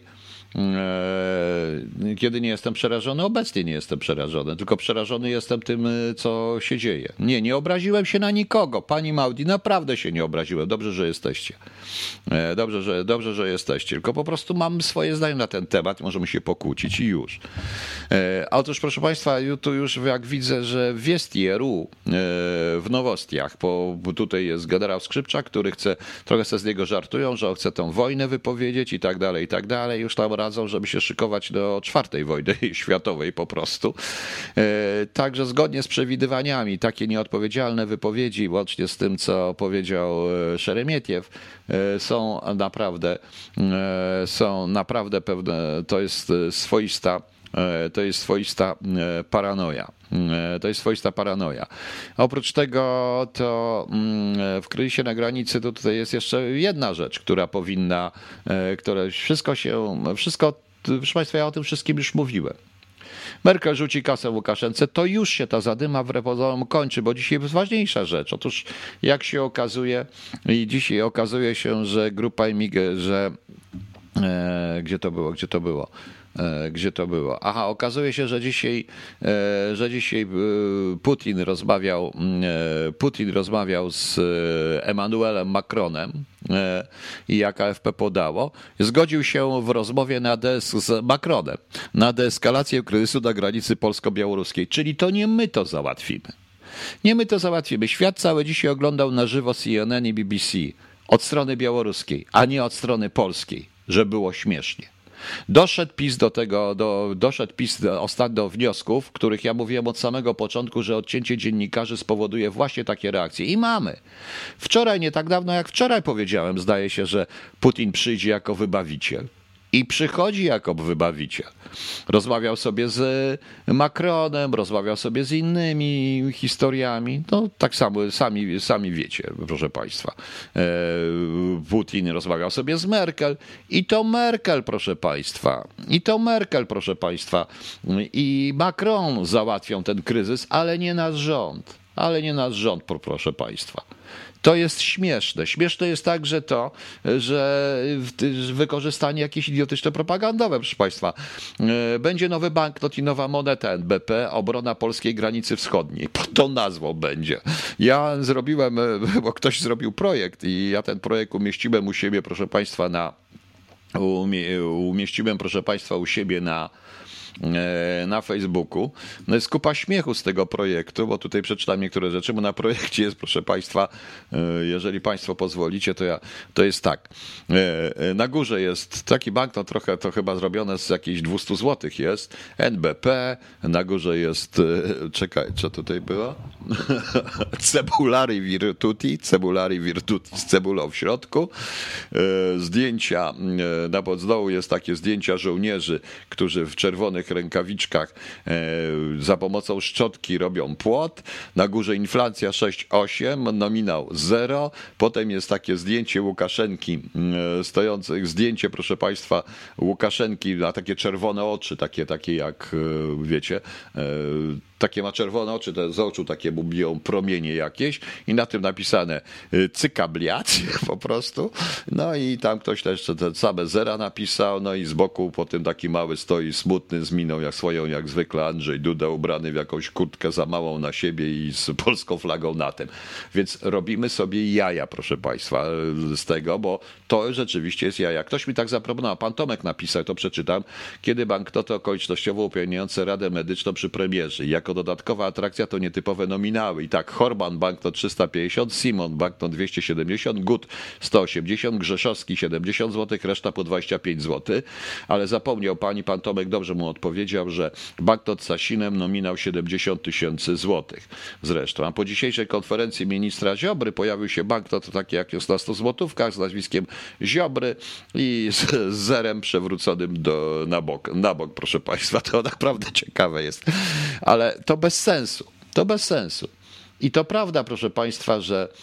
kiedy nie jestem przerażony, obecnie nie jestem przerażony, tylko przerażony jestem tym, co się dzieje. Nie obraziłem się na nikogo. Pani Maudi, naprawdę się nie obraziłem. Dobrze, że jesteście. Dobrze, że jesteście. Tylko po prostu mam swoje zdanie na ten temat. Możemy się pokłócić i już. A otóż, proszę państwa, tu już jak widzę, że w Wieści.ru w Nowostiach, bo tutaj jest generał Skrzypczak, który trochę se z niego żartują, że on chce tą wojnę wypowiedzieć i tak dalej. Już tam radzą, żeby się szykować do 4. wojny światowej po prostu. Także zgodnie z przewidywaniami takie nieodpowiedzialne wypowiedzi, łącznie z tym, co powiedział Szeremietiew, są naprawdę pewne, to jest swoista paranoja. To jest swoista paranoja. Oprócz tego, to w kryzysie na granicy to tutaj jest jeszcze jedna rzecz, która powinna, proszę państwa, ja o tym wszystkim już mówiłem. Merkel rzuci kasę Łukaszence, to już się ta zadyma wbrew pozorom kończy, bo dzisiaj jest ważniejsza rzecz. Otóż jak się okazuje, i dzisiaj okazuje się, że grupa Gdzie to było? Aha, okazuje się, że dzisiaj Putin rozmawiał z Emmanuelem Macronem i jak AFP podało, zgodził się w rozmowie z Macronem na deeskalację kryzysu na granicy polsko-białoruskiej, czyli to nie my to załatwimy. Nie my to załatwimy. Świat cały dzisiaj oglądał na żywo CNN i BBC od strony białoruskiej, a nie od strony polskiej, że było śmiesznie. Doszedł PiS do wniosków, których ja mówiłem od samego początku, że odcięcie dziennikarzy spowoduje właśnie takie reakcje. I mamy. Wczoraj, nie tak dawno jak wczoraj powiedziałem, zdaje się, że Putin przyjdzie jako wybawiciel. I przychodzi jako wybawiciel. Rozmawiał sobie z Macronem, rozmawiał sobie z innymi historiami. No tak samo, sami wiecie, proszę Państwa. Putin rozmawiał sobie z Merkel. I to Merkel, proszę Państwa. I Macron załatwią ten kryzys, ale nie nasz rząd, proszę Państwa. To jest śmieszne. Śmieszne jest także to, że wykorzystanie jakieś idiotyczne propagandowe, proszę Państwa. Będzie nowy banknot i nowa moneta NBP, obrona polskiej granicy wschodniej. Pod tą nazwą będzie. Ja zrobiłem, bo ktoś zrobił projekt i ja ten projekt umieściłem u siebie, proszę Państwa, u siebie na Facebooku. No jest kupa śmiechu z tego projektu, bo tutaj przeczytam niektóre rzeczy, bo na projekcie jest, proszę Państwa, jeżeli Państwo pozwolicie, to jest tak. Na górze jest taki banknot, trochę to chyba zrobione z jakichś 200 zł jest, NBP, na górze jest, czekaj, co tutaj było? Cebulari Virtuti z cebulą w środku. Zdjęcia, z dołu jest takie zdjęcia żołnierzy, którzy w czerwonych rękawiczkach za pomocą szczotki robią płot. Na górze inflacja 6,8, nominał 0. Potem jest takie zdjęcie Łukaszenki zdjęcie, proszę Państwa, Łukaszenki na takie czerwone oczy, takie jak wiecie, takie ma czerwone oczy, z oczu takie mu biją promienie jakieś i na tym napisane cykabliac po prostu. No i tam ktoś też te same zera napisał, no i z boku potem taki mały stoi smutny z miną jak zwykle Andrzej Duda, ubrany w jakąś kurtkę za małą na siebie i z polską flagą na tym. Więc robimy sobie jaja, proszę Państwa, z tego, bo to rzeczywiście jest jaja. Ktoś mi tak zaproponował, pan Tomek napisał, to przeczytam, kiedy banknoty okolicznościowo uprawniające Radę Medyczną przy premierze. Jako dodatkowa atrakcja to nietypowe nominały. I tak Horban banknot 350, Simon banknot 270, Gut 180, Grzeszowski 70 zł, reszta po 25 zł. Ale zapomniał pan Tomek dobrze mu odpowiedział, że banknot z Sasinem nominał 70 000 złotych. Zresztą, a po dzisiejszej konferencji ministra Ziobry pojawił się banknot taki jak jest na 100 złotówkach z nazwiskiem Ziobry i z zerem przewróconym na bok, proszę Państwa. To naprawdę ciekawe jest. Ale to bez sensu. I to prawda, proszę Państwa,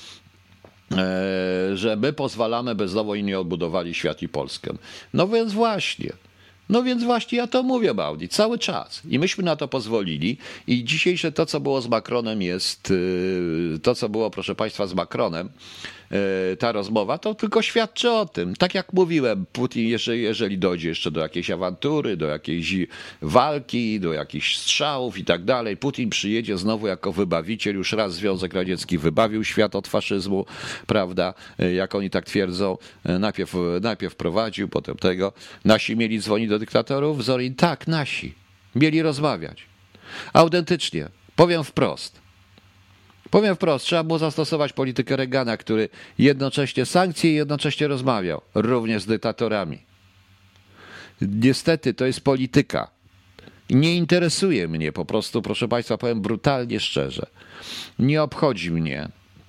że my pozwalamy, by znowu inni odbudowali świat i Polskę. No więc właśnie ja to mówię, Audi, cały czas. I myśmy na to pozwolili i dzisiejsze to, co było z Macronem jest, to, co było, proszę Państwa, z Macronem, ta rozmowa, to tylko świadczy o tym. Tak jak mówiłem, Putin, jeżeli dojdzie jeszcze do jakiejś awantury, do jakiejś walki, do jakichś strzałów i tak dalej, Putin przyjedzie znowu jako wybawiciel. Już raz Związek Radziecki wybawił świat od faszyzmu, prawda, jak oni tak twierdzą. Najpierw prowadził, potem tego. Nasi mieli dzwonić do dyktatorów? Zorin, tak, nasi. Mieli rozmawiać. Autentycznie. Powiem wprost, trzeba było zastosować politykę Reagana, który jednocześnie sankcje i jednocześnie rozmawiał, również z dyktatorami. Niestety to jest polityka. Nie interesuje mnie po prostu, proszę Państwa, powiem brutalnie szczerze. Nie obchodzi mnie.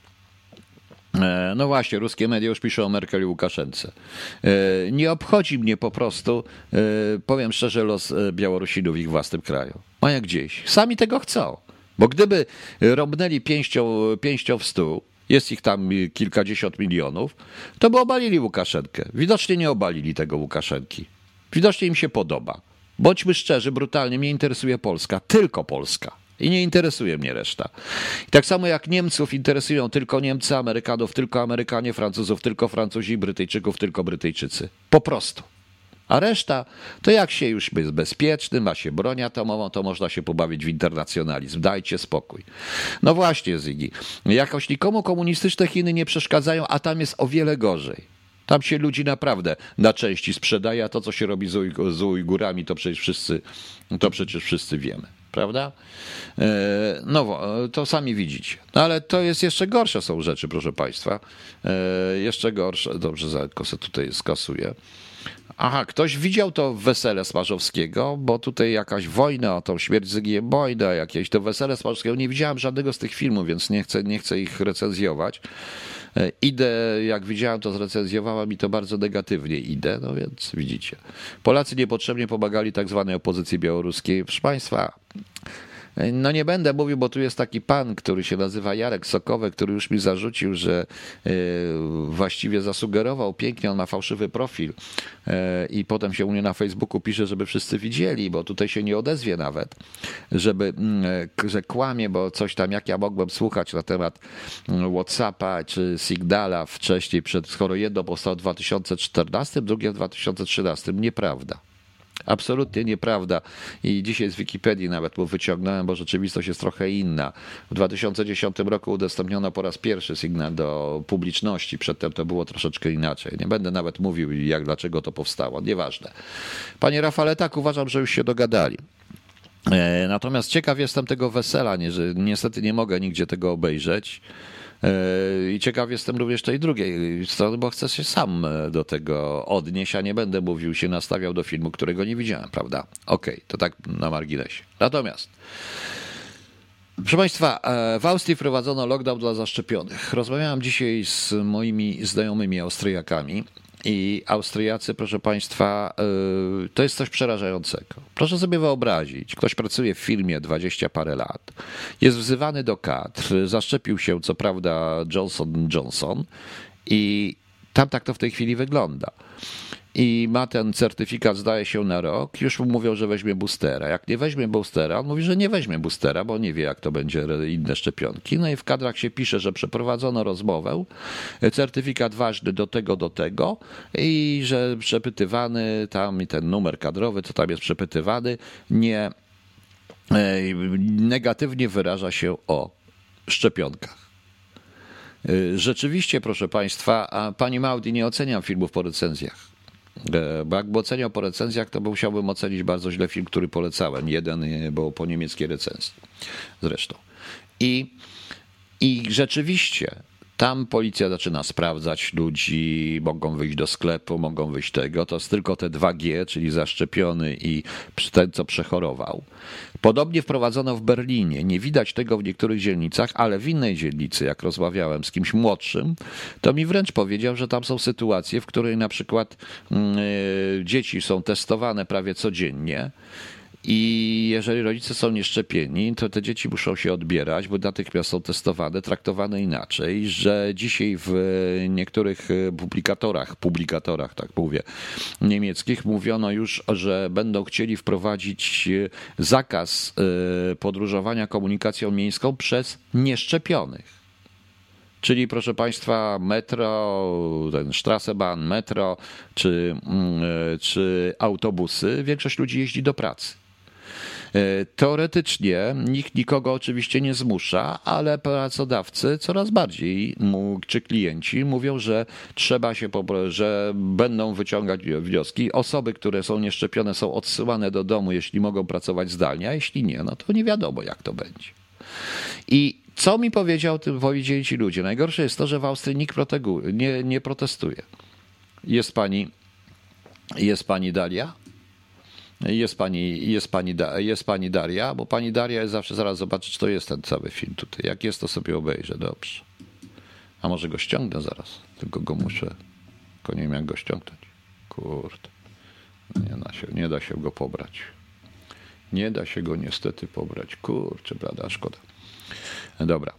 No właśnie, ruskie media już piszą o Merkel i Łukaszence. Nie obchodzi mnie po prostu, powiem szczerze, los Białorusinów w ich własnym kraju. Mają gdzieś. Sami tego chcą. Bo gdyby rąbnęli pięścią w stół, jest ich tam kilkadziesiąt milionów, to by obalili Łukaszenkę. Widocznie nie obalili tego Łukaszenki. Widocznie im się podoba. Bądźmy szczerzy, brutalnie, mnie interesuje Polska, tylko Polska. I nie interesuje mnie reszta. I tak samo jak Niemców interesują tylko Niemcy, Amerykanów tylko Amerykanie, Francuzów tylko Francuzi, Brytyjczyków tylko Brytyjczycy. Po prostu. A reszta, to jak się już jest bezpieczny, ma się broń atomową, to można się pobawić w internacjonalizm. Dajcie spokój. No właśnie, Zygi. Jakoś nikomu komunistyczne Chiny nie przeszkadzają, a tam jest o wiele gorzej. Tam się ludzi naprawdę na części sprzedaje, a to, co się robi z Ujgurami, to przecież wszyscy wiemy. Prawda? No, to sami widzicie. No, ale to jest jeszcze gorsze są rzeczy, proszę Państwa. Jeszcze gorsze. Dobrze, tylko sobie tutaj skasuję. Aha, ktoś widział to Wesele Smarzowskiego, bo tutaj jakaś wojna o tą śmierć Zygi Bojda, jakieś to Wesele Smarzowskiego. Nie widziałem żadnego z tych filmów, więc nie chcę ich recenzjować. Idę, jak widziałem, to zrecenzjowała mi to bardzo negatywnie. Idę, no więc widzicie. Polacy niepotrzebnie pomagali tak zwanej opozycji białoruskiej. Proszę Państwa, no nie będę mówił, bo tu jest taki pan, który się nazywa Jarek Sokowy, który już mi zarzucił, że właściwie zasugerował pięknie, on ma fałszywy profil i potem się u mnie na Facebooku pisze, żeby wszyscy widzieli, bo tutaj się nie odezwie nawet, że kłamie, bo coś tam, jak ja mogłem słuchać na temat WhatsAppa czy Signala wcześniej, skoro jedno powstało w 2014, drugie w 2013. Nieprawda. Absolutnie nieprawda. I dzisiaj z Wikipedii nawet mu wyciągnąłem, bo rzeczywistość jest trochę inna. W 2010 roku udostępniono po raz pierwszy Signal do publiczności. Przedtem to było troszeczkę inaczej. Nie będę nawet mówił, dlaczego to powstało. Nieważne. Panie Rafale, tak, uważam, że już się dogadali. Natomiast ciekaw jestem tego Wesela, że niestety nie mogę nigdzie tego obejrzeć. I ciekaw jestem również tej drugiej strony, bo chcę się sam do tego odnieść, a nie będę mówił, się nastawiał do filmu, którego nie widziałem, prawda? Okej, to tak na marginesie. Natomiast, proszę Państwa, w Austrii wprowadzono lockdown dla zaszczepionych. Rozmawiałem dzisiaj z moimi znajomymi Austriakami. I Austriacy, proszę Państwa, to jest coś przerażającego. Proszę sobie wyobrazić, ktoś pracuje w firmie 20 parę lat, jest wzywany do kadr, zaszczepił się co prawda Johnson i tam tak to w tej chwili wygląda. I ma ten certyfikat, zdaje się, na rok, już mu mówią, że weźmie boostera. Jak nie weźmie boostera, on mówi, że nie weźmie boostera, bo nie wie, jak to będzie inne szczepionki. No i w kadrach się pisze, że przeprowadzono rozmowę, certyfikat ważny do tego i że przepytywany tam i ten numer kadrowy, co tam jest przepytywany, nie negatywnie wyraża się o szczepionkach. Rzeczywiście, proszę Państwa, a pani Maudi, nie oceniam filmów po recenzjach. Bo jakby oceniał po recenzjach, to musiałbym ocenić bardzo źle film, który polecałem. Jeden był po niemieckiej recenzji zresztą. I rzeczywiście tam policja zaczyna sprawdzać ludzi, mogą wyjść do sklepu, mogą wyjść tego. To jest tylko te 2G, czyli zaszczepiony i ten, co przechorował. Podobnie wprowadzono w Berlinie. Nie widać tego w niektórych dzielnicach, ale w innej dzielnicy, jak rozmawiałem z kimś młodszym, to mi wręcz powiedział, że tam są sytuacje, w której na przykład dzieci są testowane prawie codziennie. I jeżeli rodzice są nieszczepieni, to te dzieci muszą się odbierać, bo natychmiast są testowane, traktowane inaczej, że dzisiaj w niektórych publikatorach, tak mówię, niemieckich mówiono już, że będą chcieli wprowadzić zakaz podróżowania komunikacją miejską przez nieszczepionych. Czyli, proszę Państwa, metro, ten Straßenbahn, metro czy autobusy, większość ludzi jeździ do pracy. Teoretycznie nikt nikogo oczywiście nie zmusza, ale pracodawcy coraz bardziej, czy klienci mówią, że że będą wyciągać wnioski. Osoby, które są nieszczepione, są odsyłane do domu, jeśli mogą pracować zdalnie, a jeśli nie, no to nie wiadomo, jak to będzie. I co mi powiedzieli ci ludzie? Najgorsze jest to, że w Austrii nikt nie protestuje. Jest pani Daria? Jest pani Daria, bo pani Daria jest zawsze, zaraz zobaczę, czy to jest ten cały film tutaj. Jak jest, to sobie obejrzę, dobrze. A może go ściągnę zaraz, tylko nie wiem, jak go ściągnąć. Kurde, nie da się go pobrać. Nie da się go niestety pobrać. Kurczę, blada, szkoda. Dobra.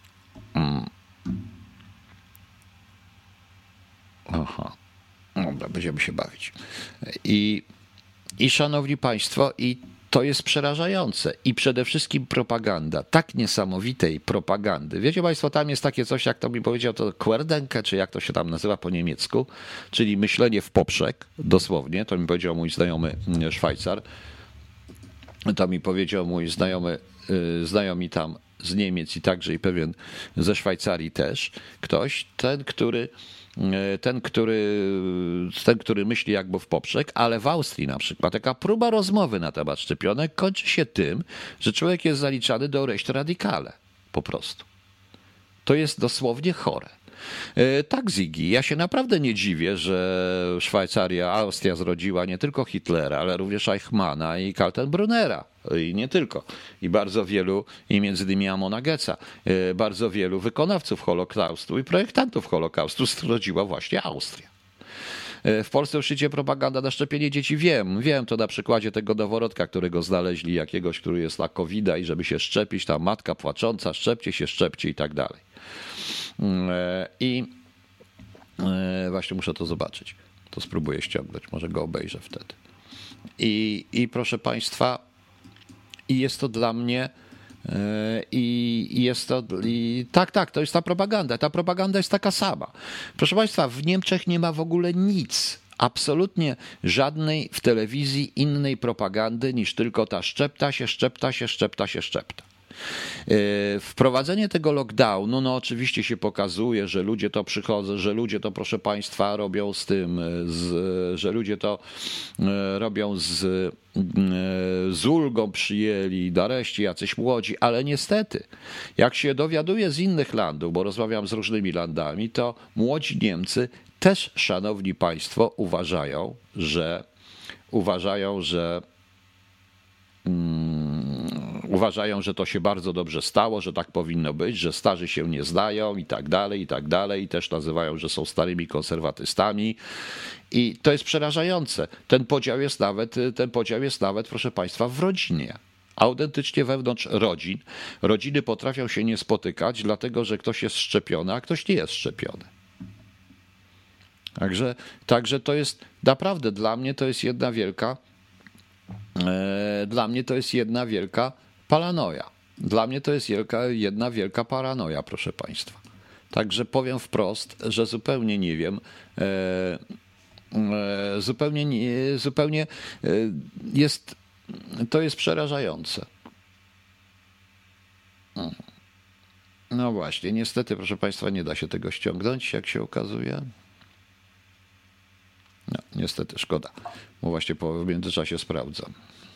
Aha. Dobra, będziemy się bawić. I szanowni Państwo, i To jest przerażające i przede wszystkim propaganda, tak niesamowitej propagandy. Wiecie Państwo, tam jest takie coś, jak to mi powiedział, to Querdenker, czy jak to się tam nazywa po niemiecku, czyli myślenie w poprzek, dosłownie, to mi powiedział mój znajomy Szwajcar, to mi powiedział mój znajomi tam z Niemiec i także i pewien ze Szwajcarii też, ktoś, ten, który myśli jakby w poprzek, ale w Austrii na przykład taka próba rozmowy na temat szczepionek kończy się tym, że człowiek jest zaliczany do Rechte Radikale. Po prostu. To jest dosłownie chore. Tak, Ziggy, ja się naprawdę nie dziwię, że Szwajcaria, Austria zrodziła nie tylko Hitlera, ale również Eichmana i Kaltenbrunera. I nie tylko. I bardzo wielu, i między innymi Amona Goetza, bardzo wielu wykonawców Holokaustu i projektantów Holokaustu zrodziła właśnie Austria. W Polsce już idzie propaganda na szczepienie dzieci. Wiem to na przykładzie tego noworodka, którego znaleźli jakiegoś, który jest na COVID-a i żeby się szczepić, ta matka płacząca, szczepcie i tak dalej. I właśnie muszę to zobaczyć. To spróbuję ściągnąć, może go obejrzę wtedy. I proszę Państwa, i jest to dla mnie tak, to jest ta propaganda. Ta propaganda jest taka sama. Proszę Państwa, w Niemczech nie ma w ogóle nic, absolutnie żadnej w telewizji innej propagandy niż tylko ta szczepta się. Wprowadzenie tego lockdownu, no oczywiście się pokazuje, że ludzie to przychodzą, że ludzie to, proszę Państwa, robią z tym, że ludzie to robią z ulgą przyjęli, nareszcie jacyś młodzi, ale niestety, jak się dowiaduję z innych landów, bo rozmawiam z różnymi landami, to młodzi Niemcy też, szanowni Państwo, uważają, że to się bardzo dobrze stało, że tak powinno być, że starzy się nie zdają i tak dalej, i też nazywają, że są starymi konserwatystami. I to jest przerażające. Ten podział jest nawet, proszę Państwa, w rodzinie. Autentycznie wewnątrz rodzin. Rodziny potrafią się nie spotykać, dlatego że ktoś jest szczepiony, a ktoś nie jest szczepiony. Także to jest naprawdę, dla mnie to jest jedna wielka paranoja. Dla mnie to jest jedna wielka paranoja, proszę Państwa. Także powiem wprost, że zupełnie nie wiem, to jest przerażające. No właśnie, niestety, proszę Państwa, nie da się tego ściągnąć, jak się okazuje. No, niestety, szkoda, bo właśnie w międzyczasie sprawdzam.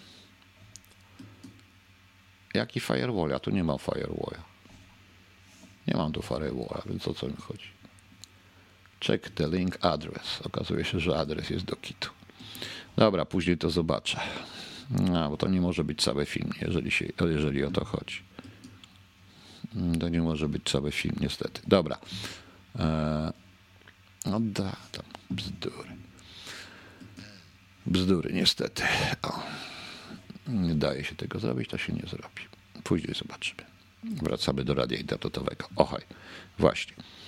Jaki firewall? Ja tu nie mam firewalla. Nie mam tu firewalla, więc o co mi chodzi? Check the link address. Okazuje się, że adres jest do kitu. Dobra, później to zobaczę. No, bo to nie może być cały film, jeżeli o to chodzi. To nie może być cały film, niestety. Dobra. No tam bzdury, niestety. O. Nie daje się tego zrobić, to się nie zrobi. Później zobaczymy. Wracamy do radia internetowego. Ochaj, właśnie.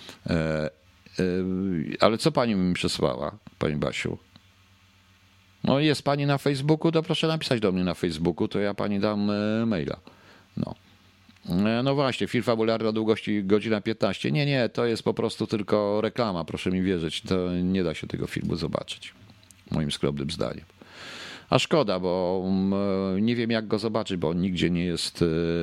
Ale co pani mi przesłała, pani Basiu? No jest pani na Facebooku, to proszę napisać do mnie na Facebooku, to ja pani dam maila. No właśnie, film fabularny o długości godzina 15. Nie, to jest po prostu tylko reklama, proszę mi wierzyć. To nie da się tego filmu zobaczyć, moim skromnym zdaniem. A szkoda, bo nie wiem jak go zobaczyć, bo on nigdzie nie jest,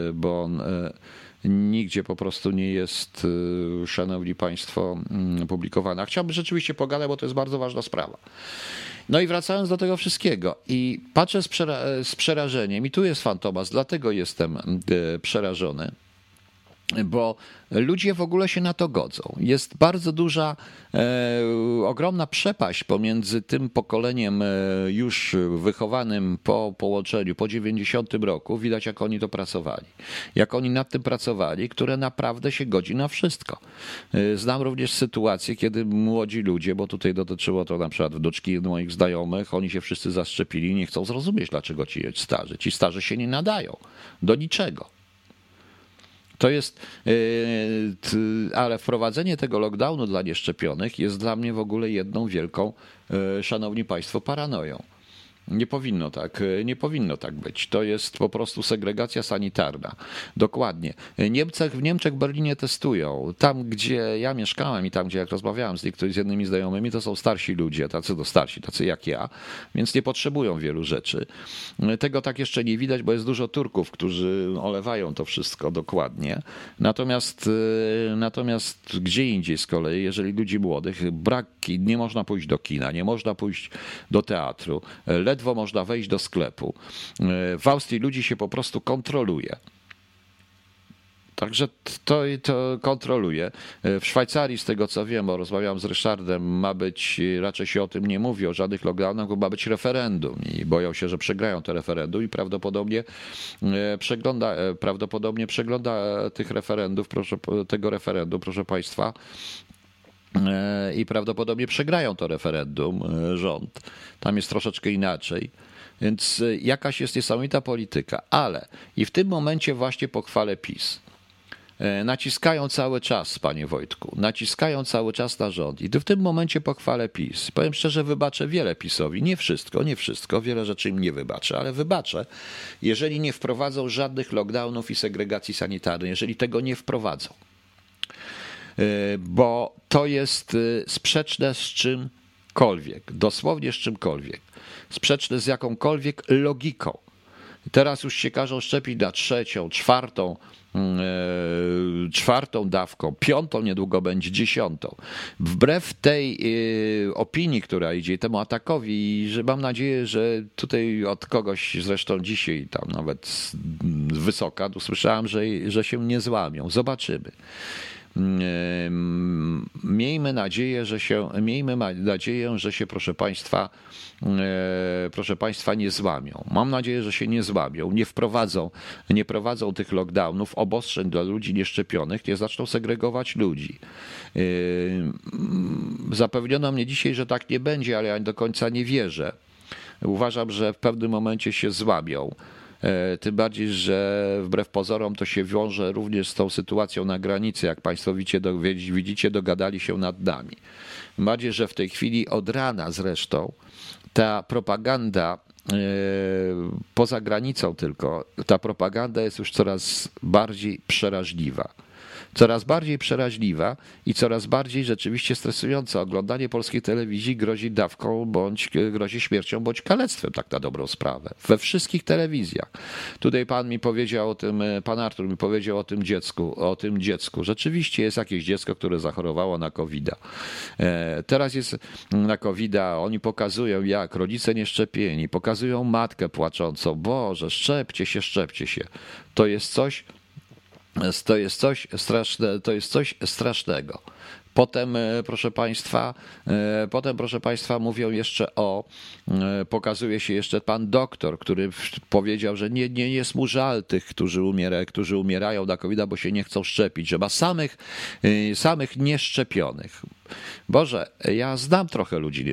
nigdzie po prostu nie jest, szanowni Państwo, publikowana. Chciałbym rzeczywiście pogadać, bo to jest bardzo ważna sprawa. No i wracając do tego wszystkiego i patrzę z przerażeniem i tu jest Fantomas, dlatego jestem przerażony, bo ludzie w ogóle się na to godzą. Jest bardzo duża, ogromna przepaść pomiędzy tym pokoleniem już wychowanym po połączeniu, po 90 roku. Widać, jak oni to pracowali. Jak oni nad tym pracowali, które naprawdę się godzi na wszystko. Znam również sytuacje, kiedy młodzi ludzie, bo tutaj dotyczyło to na przykład wnuczki moich znajomych, oni się wszyscy zaszczepili i nie chcą zrozumieć, dlaczego ci starzy się nie nadają do niczego. To jest, ale wprowadzenie tego lockdownu dla nieszczepionych jest dla mnie w ogóle jedną wielką, szanowni Państwo, paranoją. Nie powinno tak być. To jest po prostu segregacja sanitarna. Dokładnie. W Niemczech, w Berlinie testują. Tam, gdzie ja mieszkałem i tam, gdzie jak rozmawiałem z jednymi znajomymi, to są starsi ludzie, tacy jak ja, więc nie potrzebują wielu rzeczy. Tego tak jeszcze nie widać, bo jest dużo Turków, którzy olewają to wszystko dokładnie. Natomiast gdzie indziej z kolei, jeżeli ludzi młodych, nie można pójść do kina, nie można pójść do teatru, ledwo można wejść do sklepu. W Austrii ludzi się po prostu kontroluje. Także to kontroluje. W Szwajcarii, z tego co wiem, bo rozmawiałem z Ryszardem, ma być, raczej się o tym nie mówi, o żadnych lockdownach, bo ma być referendum i boją się, że przegrają to referendum i prawdopodobnie przegląda tego referendum, proszę Państwa, i prawdopodobnie przegrają to referendum rząd. Tam jest troszeczkę inaczej. Więc jakaś jest niesamowita polityka, ale i w tym momencie właśnie pochwalę PiS. Naciskają cały czas, panie Wojtku, naciskają cały czas na rząd i w tym momencie pochwalę PiS. Powiem szczerze, wybaczę wiele PiS-owi, nie wszystko, wiele rzeczy im nie wybaczę, ale wybaczę, jeżeli nie wprowadzą żadnych lockdownów i segregacji sanitarnej, jeżeli tego nie wprowadzą. Bo to jest sprzeczne z czymkolwiek, dosłownie z czymkolwiek, sprzeczne z jakąkolwiek logiką. Teraz już się każą szczepić na 3., 4. dawką, 5. niedługo będzie 10. Wbrew tej opinii, która idzie, temu atakowi, że mam nadzieję, że tutaj od kogoś, zresztą dzisiaj tam nawet z wysoka, usłyszałem, że się nie złamią. Zobaczymy. Miejmy nadzieję, że się, proszę Państwa, nie złamią. Mam nadzieję, że się nie złamią, nie prowadzą tych lockdownów, obostrzeń dla ludzi nieszczepionych, nie zaczną segregować ludzi. Zapewniono mnie dzisiaj, że tak nie będzie, ale ja do końca nie wierzę. Uważam, że w pewnym momencie się złamią. Tym bardziej, że wbrew pozorom to się wiąże również z tą sytuacją na granicy. Jak Państwo widzicie, dogadali się nad nami. Tym bardziej, że w tej chwili od rana zresztą ta propaganda poza granicą tylko, ta propaganda jest już coraz bardziej przeraźliwa. Coraz bardziej przeraźliwa i coraz bardziej rzeczywiście stresująca. Oglądanie polskiej telewizji grozi dawką, bądź grozi śmiercią, bądź kalectwem, tak na dobrą sprawę. We wszystkich telewizjach. Tutaj pan Artur mi powiedział o tym dziecku. Rzeczywiście jest jakieś dziecko, które zachorowało na COVID-a. Teraz jest na COVID-a, oni pokazują jak rodzice nieszczepieni, pokazują matkę płaczącą. Boże, szczepcie się. To jest coś strasznego. Potem, proszę Państwa, mówią jeszcze pokazuje się jeszcze pan doktor, który powiedział, że nie jest mu żal tych, którzy umierają na COVID, bo się nie chcą szczepić, że ma samych nieszczepionych. Boże, ja znam trochę ludzi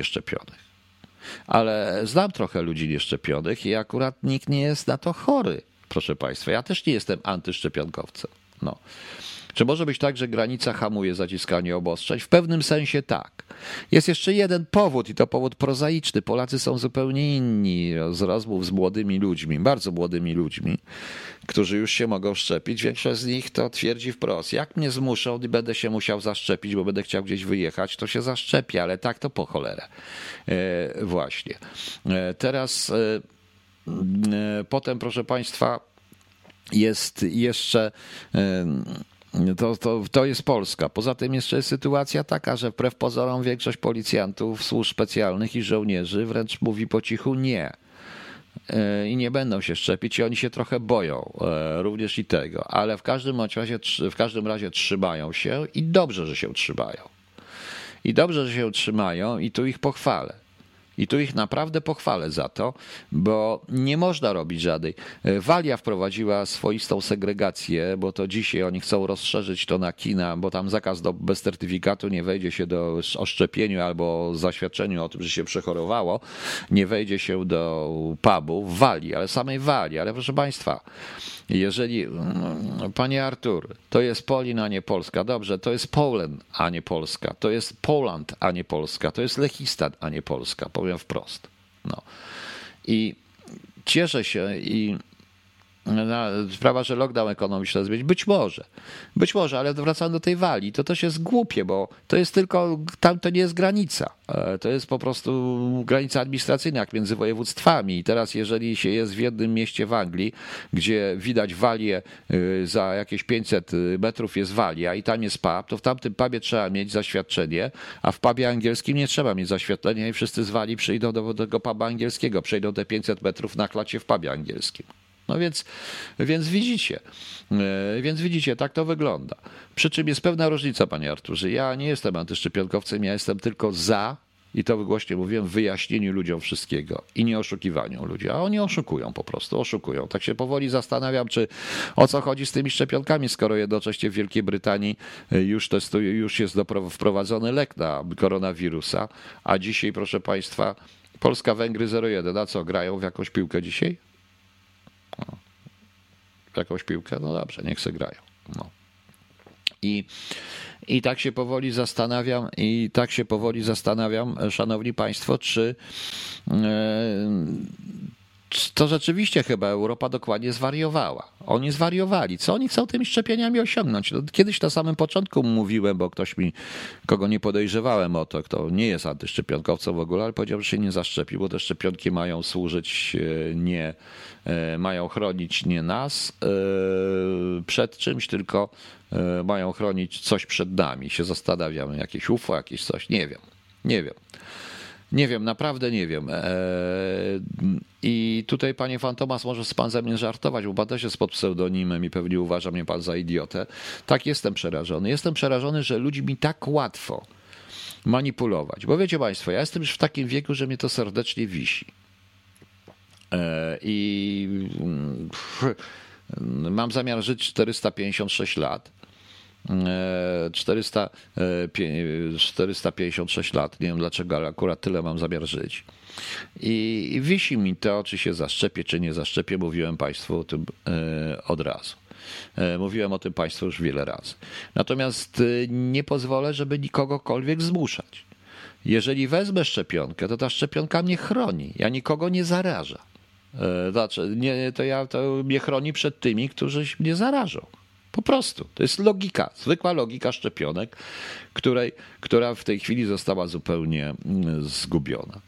nieszczepionych i akurat nikt nie jest na to chory. Proszę Państwa, ja też nie jestem antyszczepionkowcem. No. Czy może być tak, że granica hamuje zaciskanie obostrzeń? W pewnym sensie tak. Jest jeszcze jeden powód i to powód prozaiczny. Polacy są zupełnie inni z rozmów z młodymi ludźmi, bardzo młodymi ludźmi, którzy już się mogą szczepić. Większość z nich to twierdzi wprost. Jak mnie zmuszą i będę się musiał zaszczepić, bo będę chciał gdzieś wyjechać, to się zaszczepię, ale tak to po cholerę. Właśnie. Teraz potem, proszę Państwa, jest jeszcze, to jest Polska. Poza tym jeszcze jest sytuacja taka, że wbrew pozorom większość policjantów, służb specjalnych i żołnierzy wręcz mówi po cichu nie. I nie będą się szczepić i oni się trochę boją również i tego, ale w każdym razie trzymają się i dobrze, że się trzymają i tu ich pochwalę. I tu ich naprawdę pochwalę za to, bo nie można robić żadnej. Walia wprowadziła swoistą segregację, bo to dzisiaj oni chcą rozszerzyć to na kina, bo tam zakaz bez certyfikatu nie wejdzie się o szczepieniu albo zaświadczeniu o tym, że się przechorowało, nie wejdzie się do pubu w Walii, ale samej Walii. Ale proszę Państwa, jeżeli, panie Artur, to jest Polin, a nie Polska. Dobrze, to jest Poland, a nie Polska. To jest Poland, a nie Polska. To jest Lechistan, a nie Polska. Powiem wprost. No. I cieszę się i sprawa, że lockdown ekonomiczny zmienić, być może, ale wracam do tej Walii, to też jest głupie, bo to jest tylko, tam to nie jest granica, to jest po prostu granica administracyjna, jak między województwami i teraz jeżeli się jest w jednym mieście w Anglii, gdzie widać Walię, za jakieś 500 metrów jest Walia i tam jest pub, to w tamtym pubie trzeba mieć zaświadczenie, a w pubie angielskim nie trzeba mieć zaświadczenia i wszyscy z Walii przyjdą do tego puba angielskiego, przejdą te 500 metrów na klacie w pubie angielskim. No więc widzicie, tak to wygląda. Przy czym jest pewna różnica, panie Arturze. Ja nie jestem antyszczepionkowcem, ja jestem tylko za, i to głośno mówiłem, wyjaśnieniu ludziom wszystkiego i nie oszukiwaniu ludzi. A oni oszukują po prostu, oszukują. Tak się powoli zastanawiam, czy o co chodzi z tymi szczepionkami, skoro jednocześnie w Wielkiej Brytanii już jest wprowadzony lek na koronawirusa, a dzisiaj, proszę państwa, Polska-Węgry 0-1. A co, grają w jakąś piłkę dzisiaj? Jakąś piłkę? No dobrze, niech se grają. No. I tak się powoli zastanawiam, szanowni państwo, czy to rzeczywiście chyba Europa dokładnie zwariowała. Oni zwariowali. Co oni chcą tymi szczepieniami osiągnąć? No, kiedyś na samym początku mówiłem, bo kogo nie podejrzewałem o to, kto nie jest antyszczepionkowcem w ogóle, ale powiedział, że się nie zaszczepi, bo te szczepionki mają służyć mają chronić nie nas przed czymś, tylko mają chronić coś przed nami. Się zastanawiam, jakieś UFO, jakieś coś, nie wiem, naprawdę nie wiem. I tutaj, panie Fantomas, może pan ze mnie żartować, bo pan też jest pod pseudonimem i pewnie uważa mnie pan za idiotę. Tak, jestem przerażony. Jestem przerażony, że ludźmi tak łatwo manipulować. Bo wiecie państwo, ja jestem już w takim wieku, że mnie to serdecznie wisi. I mam zamiar żyć 456 lat. 456 lat. Nie wiem dlaczego, ale akurat tyle mam zamiar żyć. I wisi mi to, czy się zaszczepię, czy nie zaszczepię. Mówiłem państwu o tym od razu. Mówiłem o tym państwu już wiele razy. Natomiast nie pozwolę, żeby nikogokolwiek zmuszać. Jeżeli wezmę szczepionkę, to ta szczepionka mnie chroni. Ja nikogo nie zarażę. To mnie chroni przed tymi, którzy mnie zarażą. Po prostu. To jest logika, zwykła logika szczepionek, która w tej chwili została zupełnie zgubiona.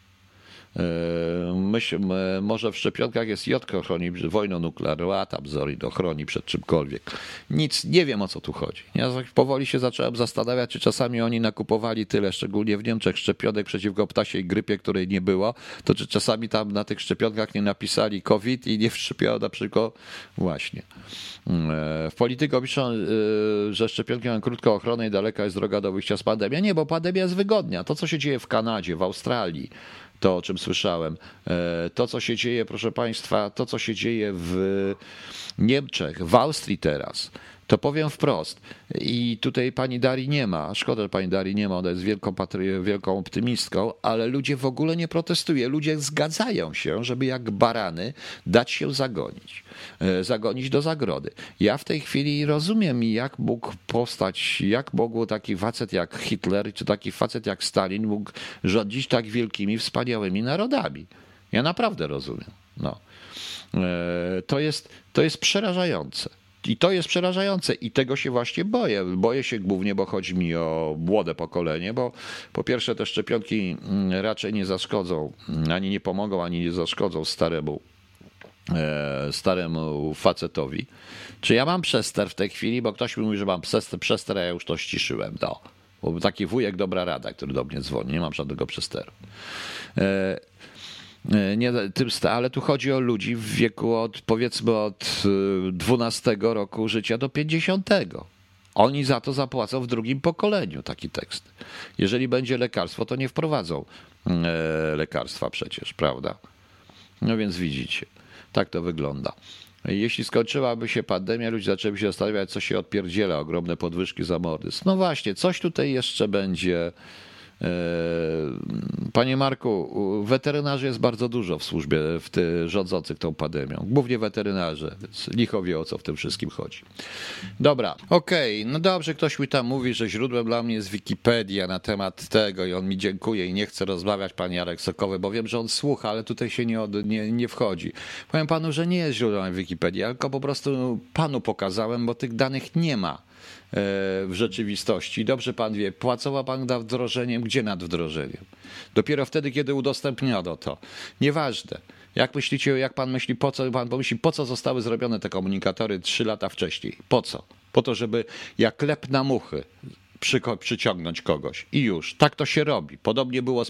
Może w szczepionkach jest jodka, chroni przed wojną nuklearną, atabzorin chroni przed czymkolwiek. Nic, nie wiem o co tu chodzi. Ja powoli się zacząłem zastanawiać, czy czasami oni nakupowali tyle, szczególnie w Niemczech, szczepionek przeciwko ptasiej grypie, której nie było, to czy czasami tam na tych szczepionkach nie napisali COVID i nie wszczepiono na przykład właśnie. W Polityko piszą, że szczepionki mają krótką ochronę i daleka jest droga do wyjścia z pandemii. Nie, bo pandemia jest wygodnia. To, co się dzieje w Kanadzie, w Australii, to, o czym słyszałem, to, co się dzieje, proszę państwa, to, co się dzieje w Niemczech, w Austrii teraz, to powiem wprost. I tutaj pani Darii nie ma. Szkoda, że pani Darii nie ma. Ona jest wielką optymistką, ale ludzie w ogóle nie protestują. Ludzie zgadzają się, żeby jak barany dać się zagonić. Zagonić do zagrody. Ja w tej chwili rozumiem, jak mógł taki facet jak Hitler, czy taki facet jak Stalin mógł rządzić tak wielkimi, wspaniałymi narodami. Ja naprawdę rozumiem. No. To jest przerażające. I to jest przerażające i tego się właśnie boję. Boję się głównie, bo chodzi mi o młode pokolenie, bo po pierwsze te szczepionki raczej nie zaszkodzą, ani nie pomogą, ani nie zaszkodzą staremu facetowi. Czy ja mam przester w tej chwili, bo ktoś mi mówi, że mam przester, a ja już to ściszyłem. No. Bo taki wujek dobra rada, który do mnie dzwoni, nie mam żadnego przesteru. Ale tu chodzi o ludzi w wieku powiedzmy od 12 roku życia do 50. Oni za to zapłacą w drugim pokoleniu, taki tekst. Jeżeli będzie lekarstwo, to nie wprowadzą lekarstwa przecież, prawda? No więc widzicie, tak to wygląda. Jeśli skończyłaby się pandemia, ludzie zaczęli się zastanawiać, co się odpierdziela, ogromne podwyżki za mordyzm. No właśnie, coś tutaj jeszcze będzie Panie Marku, weterynarzy jest bardzo dużo w służbie rządzących tą pandemią. Głównie weterynarze, więc licho wie, o co w tym wszystkim chodzi. Dobra, okej, no dobrze, ktoś mi tam mówi, że źródłem dla mnie jest Wikipedia na temat tego i on mi dziękuje i nie chce rozmawiać, pan Jarek Sokowy, bo wiem, że on słucha, ale tutaj się nie wchodzi. Powiem panu, że nie jest źródłem Wikipedii, tylko po prostu panu pokazałem, bo tych danych nie ma w rzeczywistości. Dobrze pan wie, pracował pan nad wdrożeniem, gdzie nad wdrożeniem? Dopiero wtedy, kiedy udostępniono to. Nieważne. Jak myślicie, jak pan myśli, pan pomyśli, po co zostały zrobione te komunikatory 3 lata wcześniej? Po co? Po to, żeby jak lep na muchy przyciągnąć kogoś. I już. Tak to się robi. Podobnie było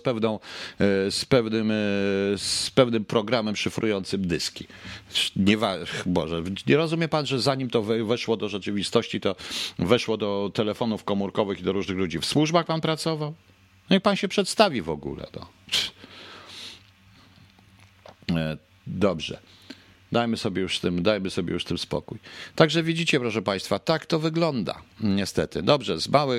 z pewnym programem szyfrującym dyski. Boże, nie rozumie pan, że zanim to weszło do rzeczywistości, to weszło do telefonów komórkowych i do różnych ludzi. W służbach pan pracował? Niech pan się przedstawi w ogóle. No. Dobrze. Dajmy sobie już z tym spokój. Także widzicie, proszę państwa, tak to wygląda. Niestety. Dobrze,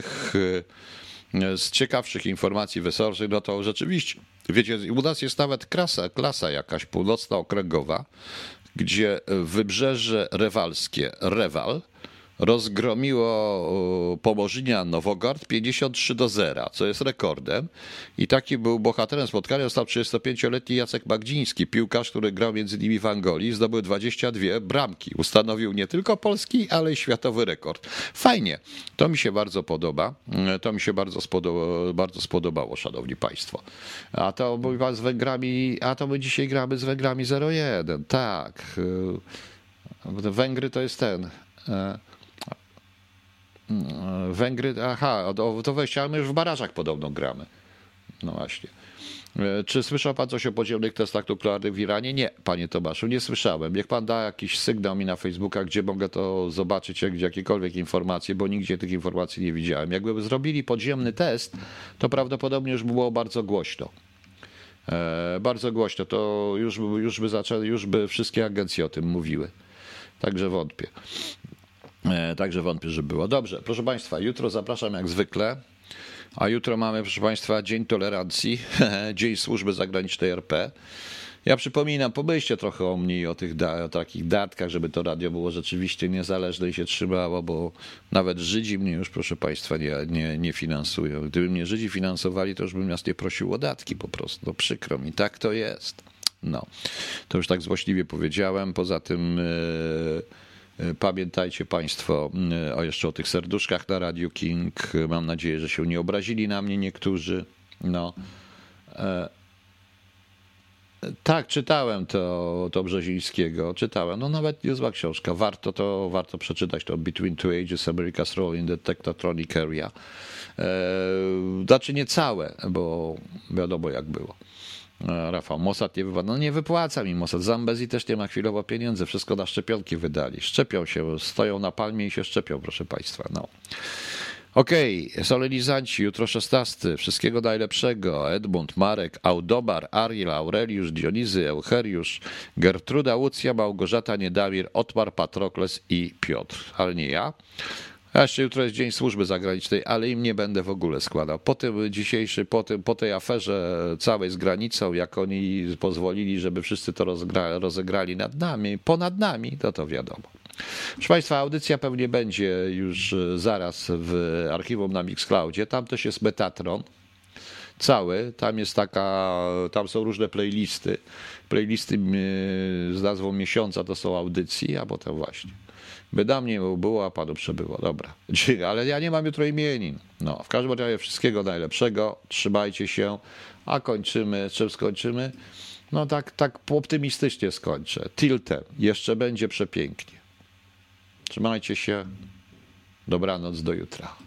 z ciekawszych informacji wesołych, no to rzeczywiście, wiecie, u nas jest nawet klasa jakaś północno-okręgowa, gdzie wybrzeże rewalskie, Rewal, rozgromiło Pomorzynia Nowogard 53-0, co jest rekordem. I taki był bohaterem spotkania, został 35-letni Jacek Magdziński, piłkarz, który grał między innymi w Angolii, zdobył 22 bramki. Ustanowił nie tylko polski, ale i światowy rekord. Fajnie, to mi się bardzo podoba. To mi się bardzo spodobało, szanowni państwo. A to mówi pan z Węgrami, a to my dzisiaj gramy z Węgrami 0-1. Tak. Węgry to jest ten... Węgry, aha, to wejście, ale my już w barażach podobno gramy. No właśnie. Czy słyszał pan coś o podziemnych testach nuklearnych w Iranie? Nie, panie Tomaszu, nie słyszałem. Niech pan da jakiś sygnał mi na Facebooka, gdzie mogę to zobaczyć, jakiekolwiek informacje, bo nigdzie tych informacji nie widziałem. Jakby zrobili podziemny test, to prawdopodobnie już by było bardzo głośno. Bardzo głośno, to już by wszystkie agencje o tym mówiły. Także wątpię. Że było. Dobrze, proszę państwa, jutro zapraszam jak zwykle, a jutro mamy, proszę państwa, Dzień Tolerancji, Dzień Służby Zagranicznej RP. Ja przypominam, pomyślcie trochę o mnie i o takich datkach, żeby to radio było rzeczywiście niezależne i się trzymało, bo nawet Żydzi mnie już, proszę państwa, nie finansują. Gdyby mnie Żydzi finansowali, to już bym nas nie prosił o datki po prostu. No przykro mi, tak to jest. No, to już tak złośliwie powiedziałem. Poza tym... Pamiętajcie państwo jeszcze o tych serduszkach na Radiu King. Mam nadzieję, że się nie obrazili na mnie niektórzy. No. Tak, czytałem to Brzezińskiego. Czytałem. No nawet niezła książka. Warto przeczytać to Between Two Ages, America's Role in the Tectonic Area. Znaczy nie całe, bo wiadomo jak było. Rafał, Mossad nie wypłaca. No nie wypłaca mi Mossad. Zambezi też nie ma chwilowo pieniędzy. Wszystko na szczepionki wydali. Szczepią się, stoją na palmie i się szczepią, proszę państwa. No. Okej, solenizanci, jutro 16. Wszystkiego najlepszego. Edmund, Marek, Audobar, Ariel, Aureliusz, Dionizy, Eucheriusz, Gertruda, Łucja, Małgorzata, Niedamir, Otmar, Patrokles i Piotr. Ale nie ja. A jeszcze jutro jest Dzień Służby Zagranicznej, ale im nie będę w ogóle składał. Po tej aferze całej z granicą, jak oni pozwolili, żeby wszyscy to rozegrali ponad nami, to wiadomo. Proszę państwa, audycja pewnie będzie już zaraz w archiwum na Mixcloudzie. Tam też jest Metatron cały, tam są różne playlisty. Playlisty z nazwą miesiąca to są audycji, a potem właśnie. By da mnie było, a panu przebyło. Dobra. Ale ja nie mam jutro imienin. No, w każdym razie wszystkiego najlepszego. Trzymajcie się. A kończymy. Czym skończymy? No tak optymistycznie skończę. Tiltem. Jeszcze będzie przepięknie. Trzymajcie się. Dobranoc do jutra.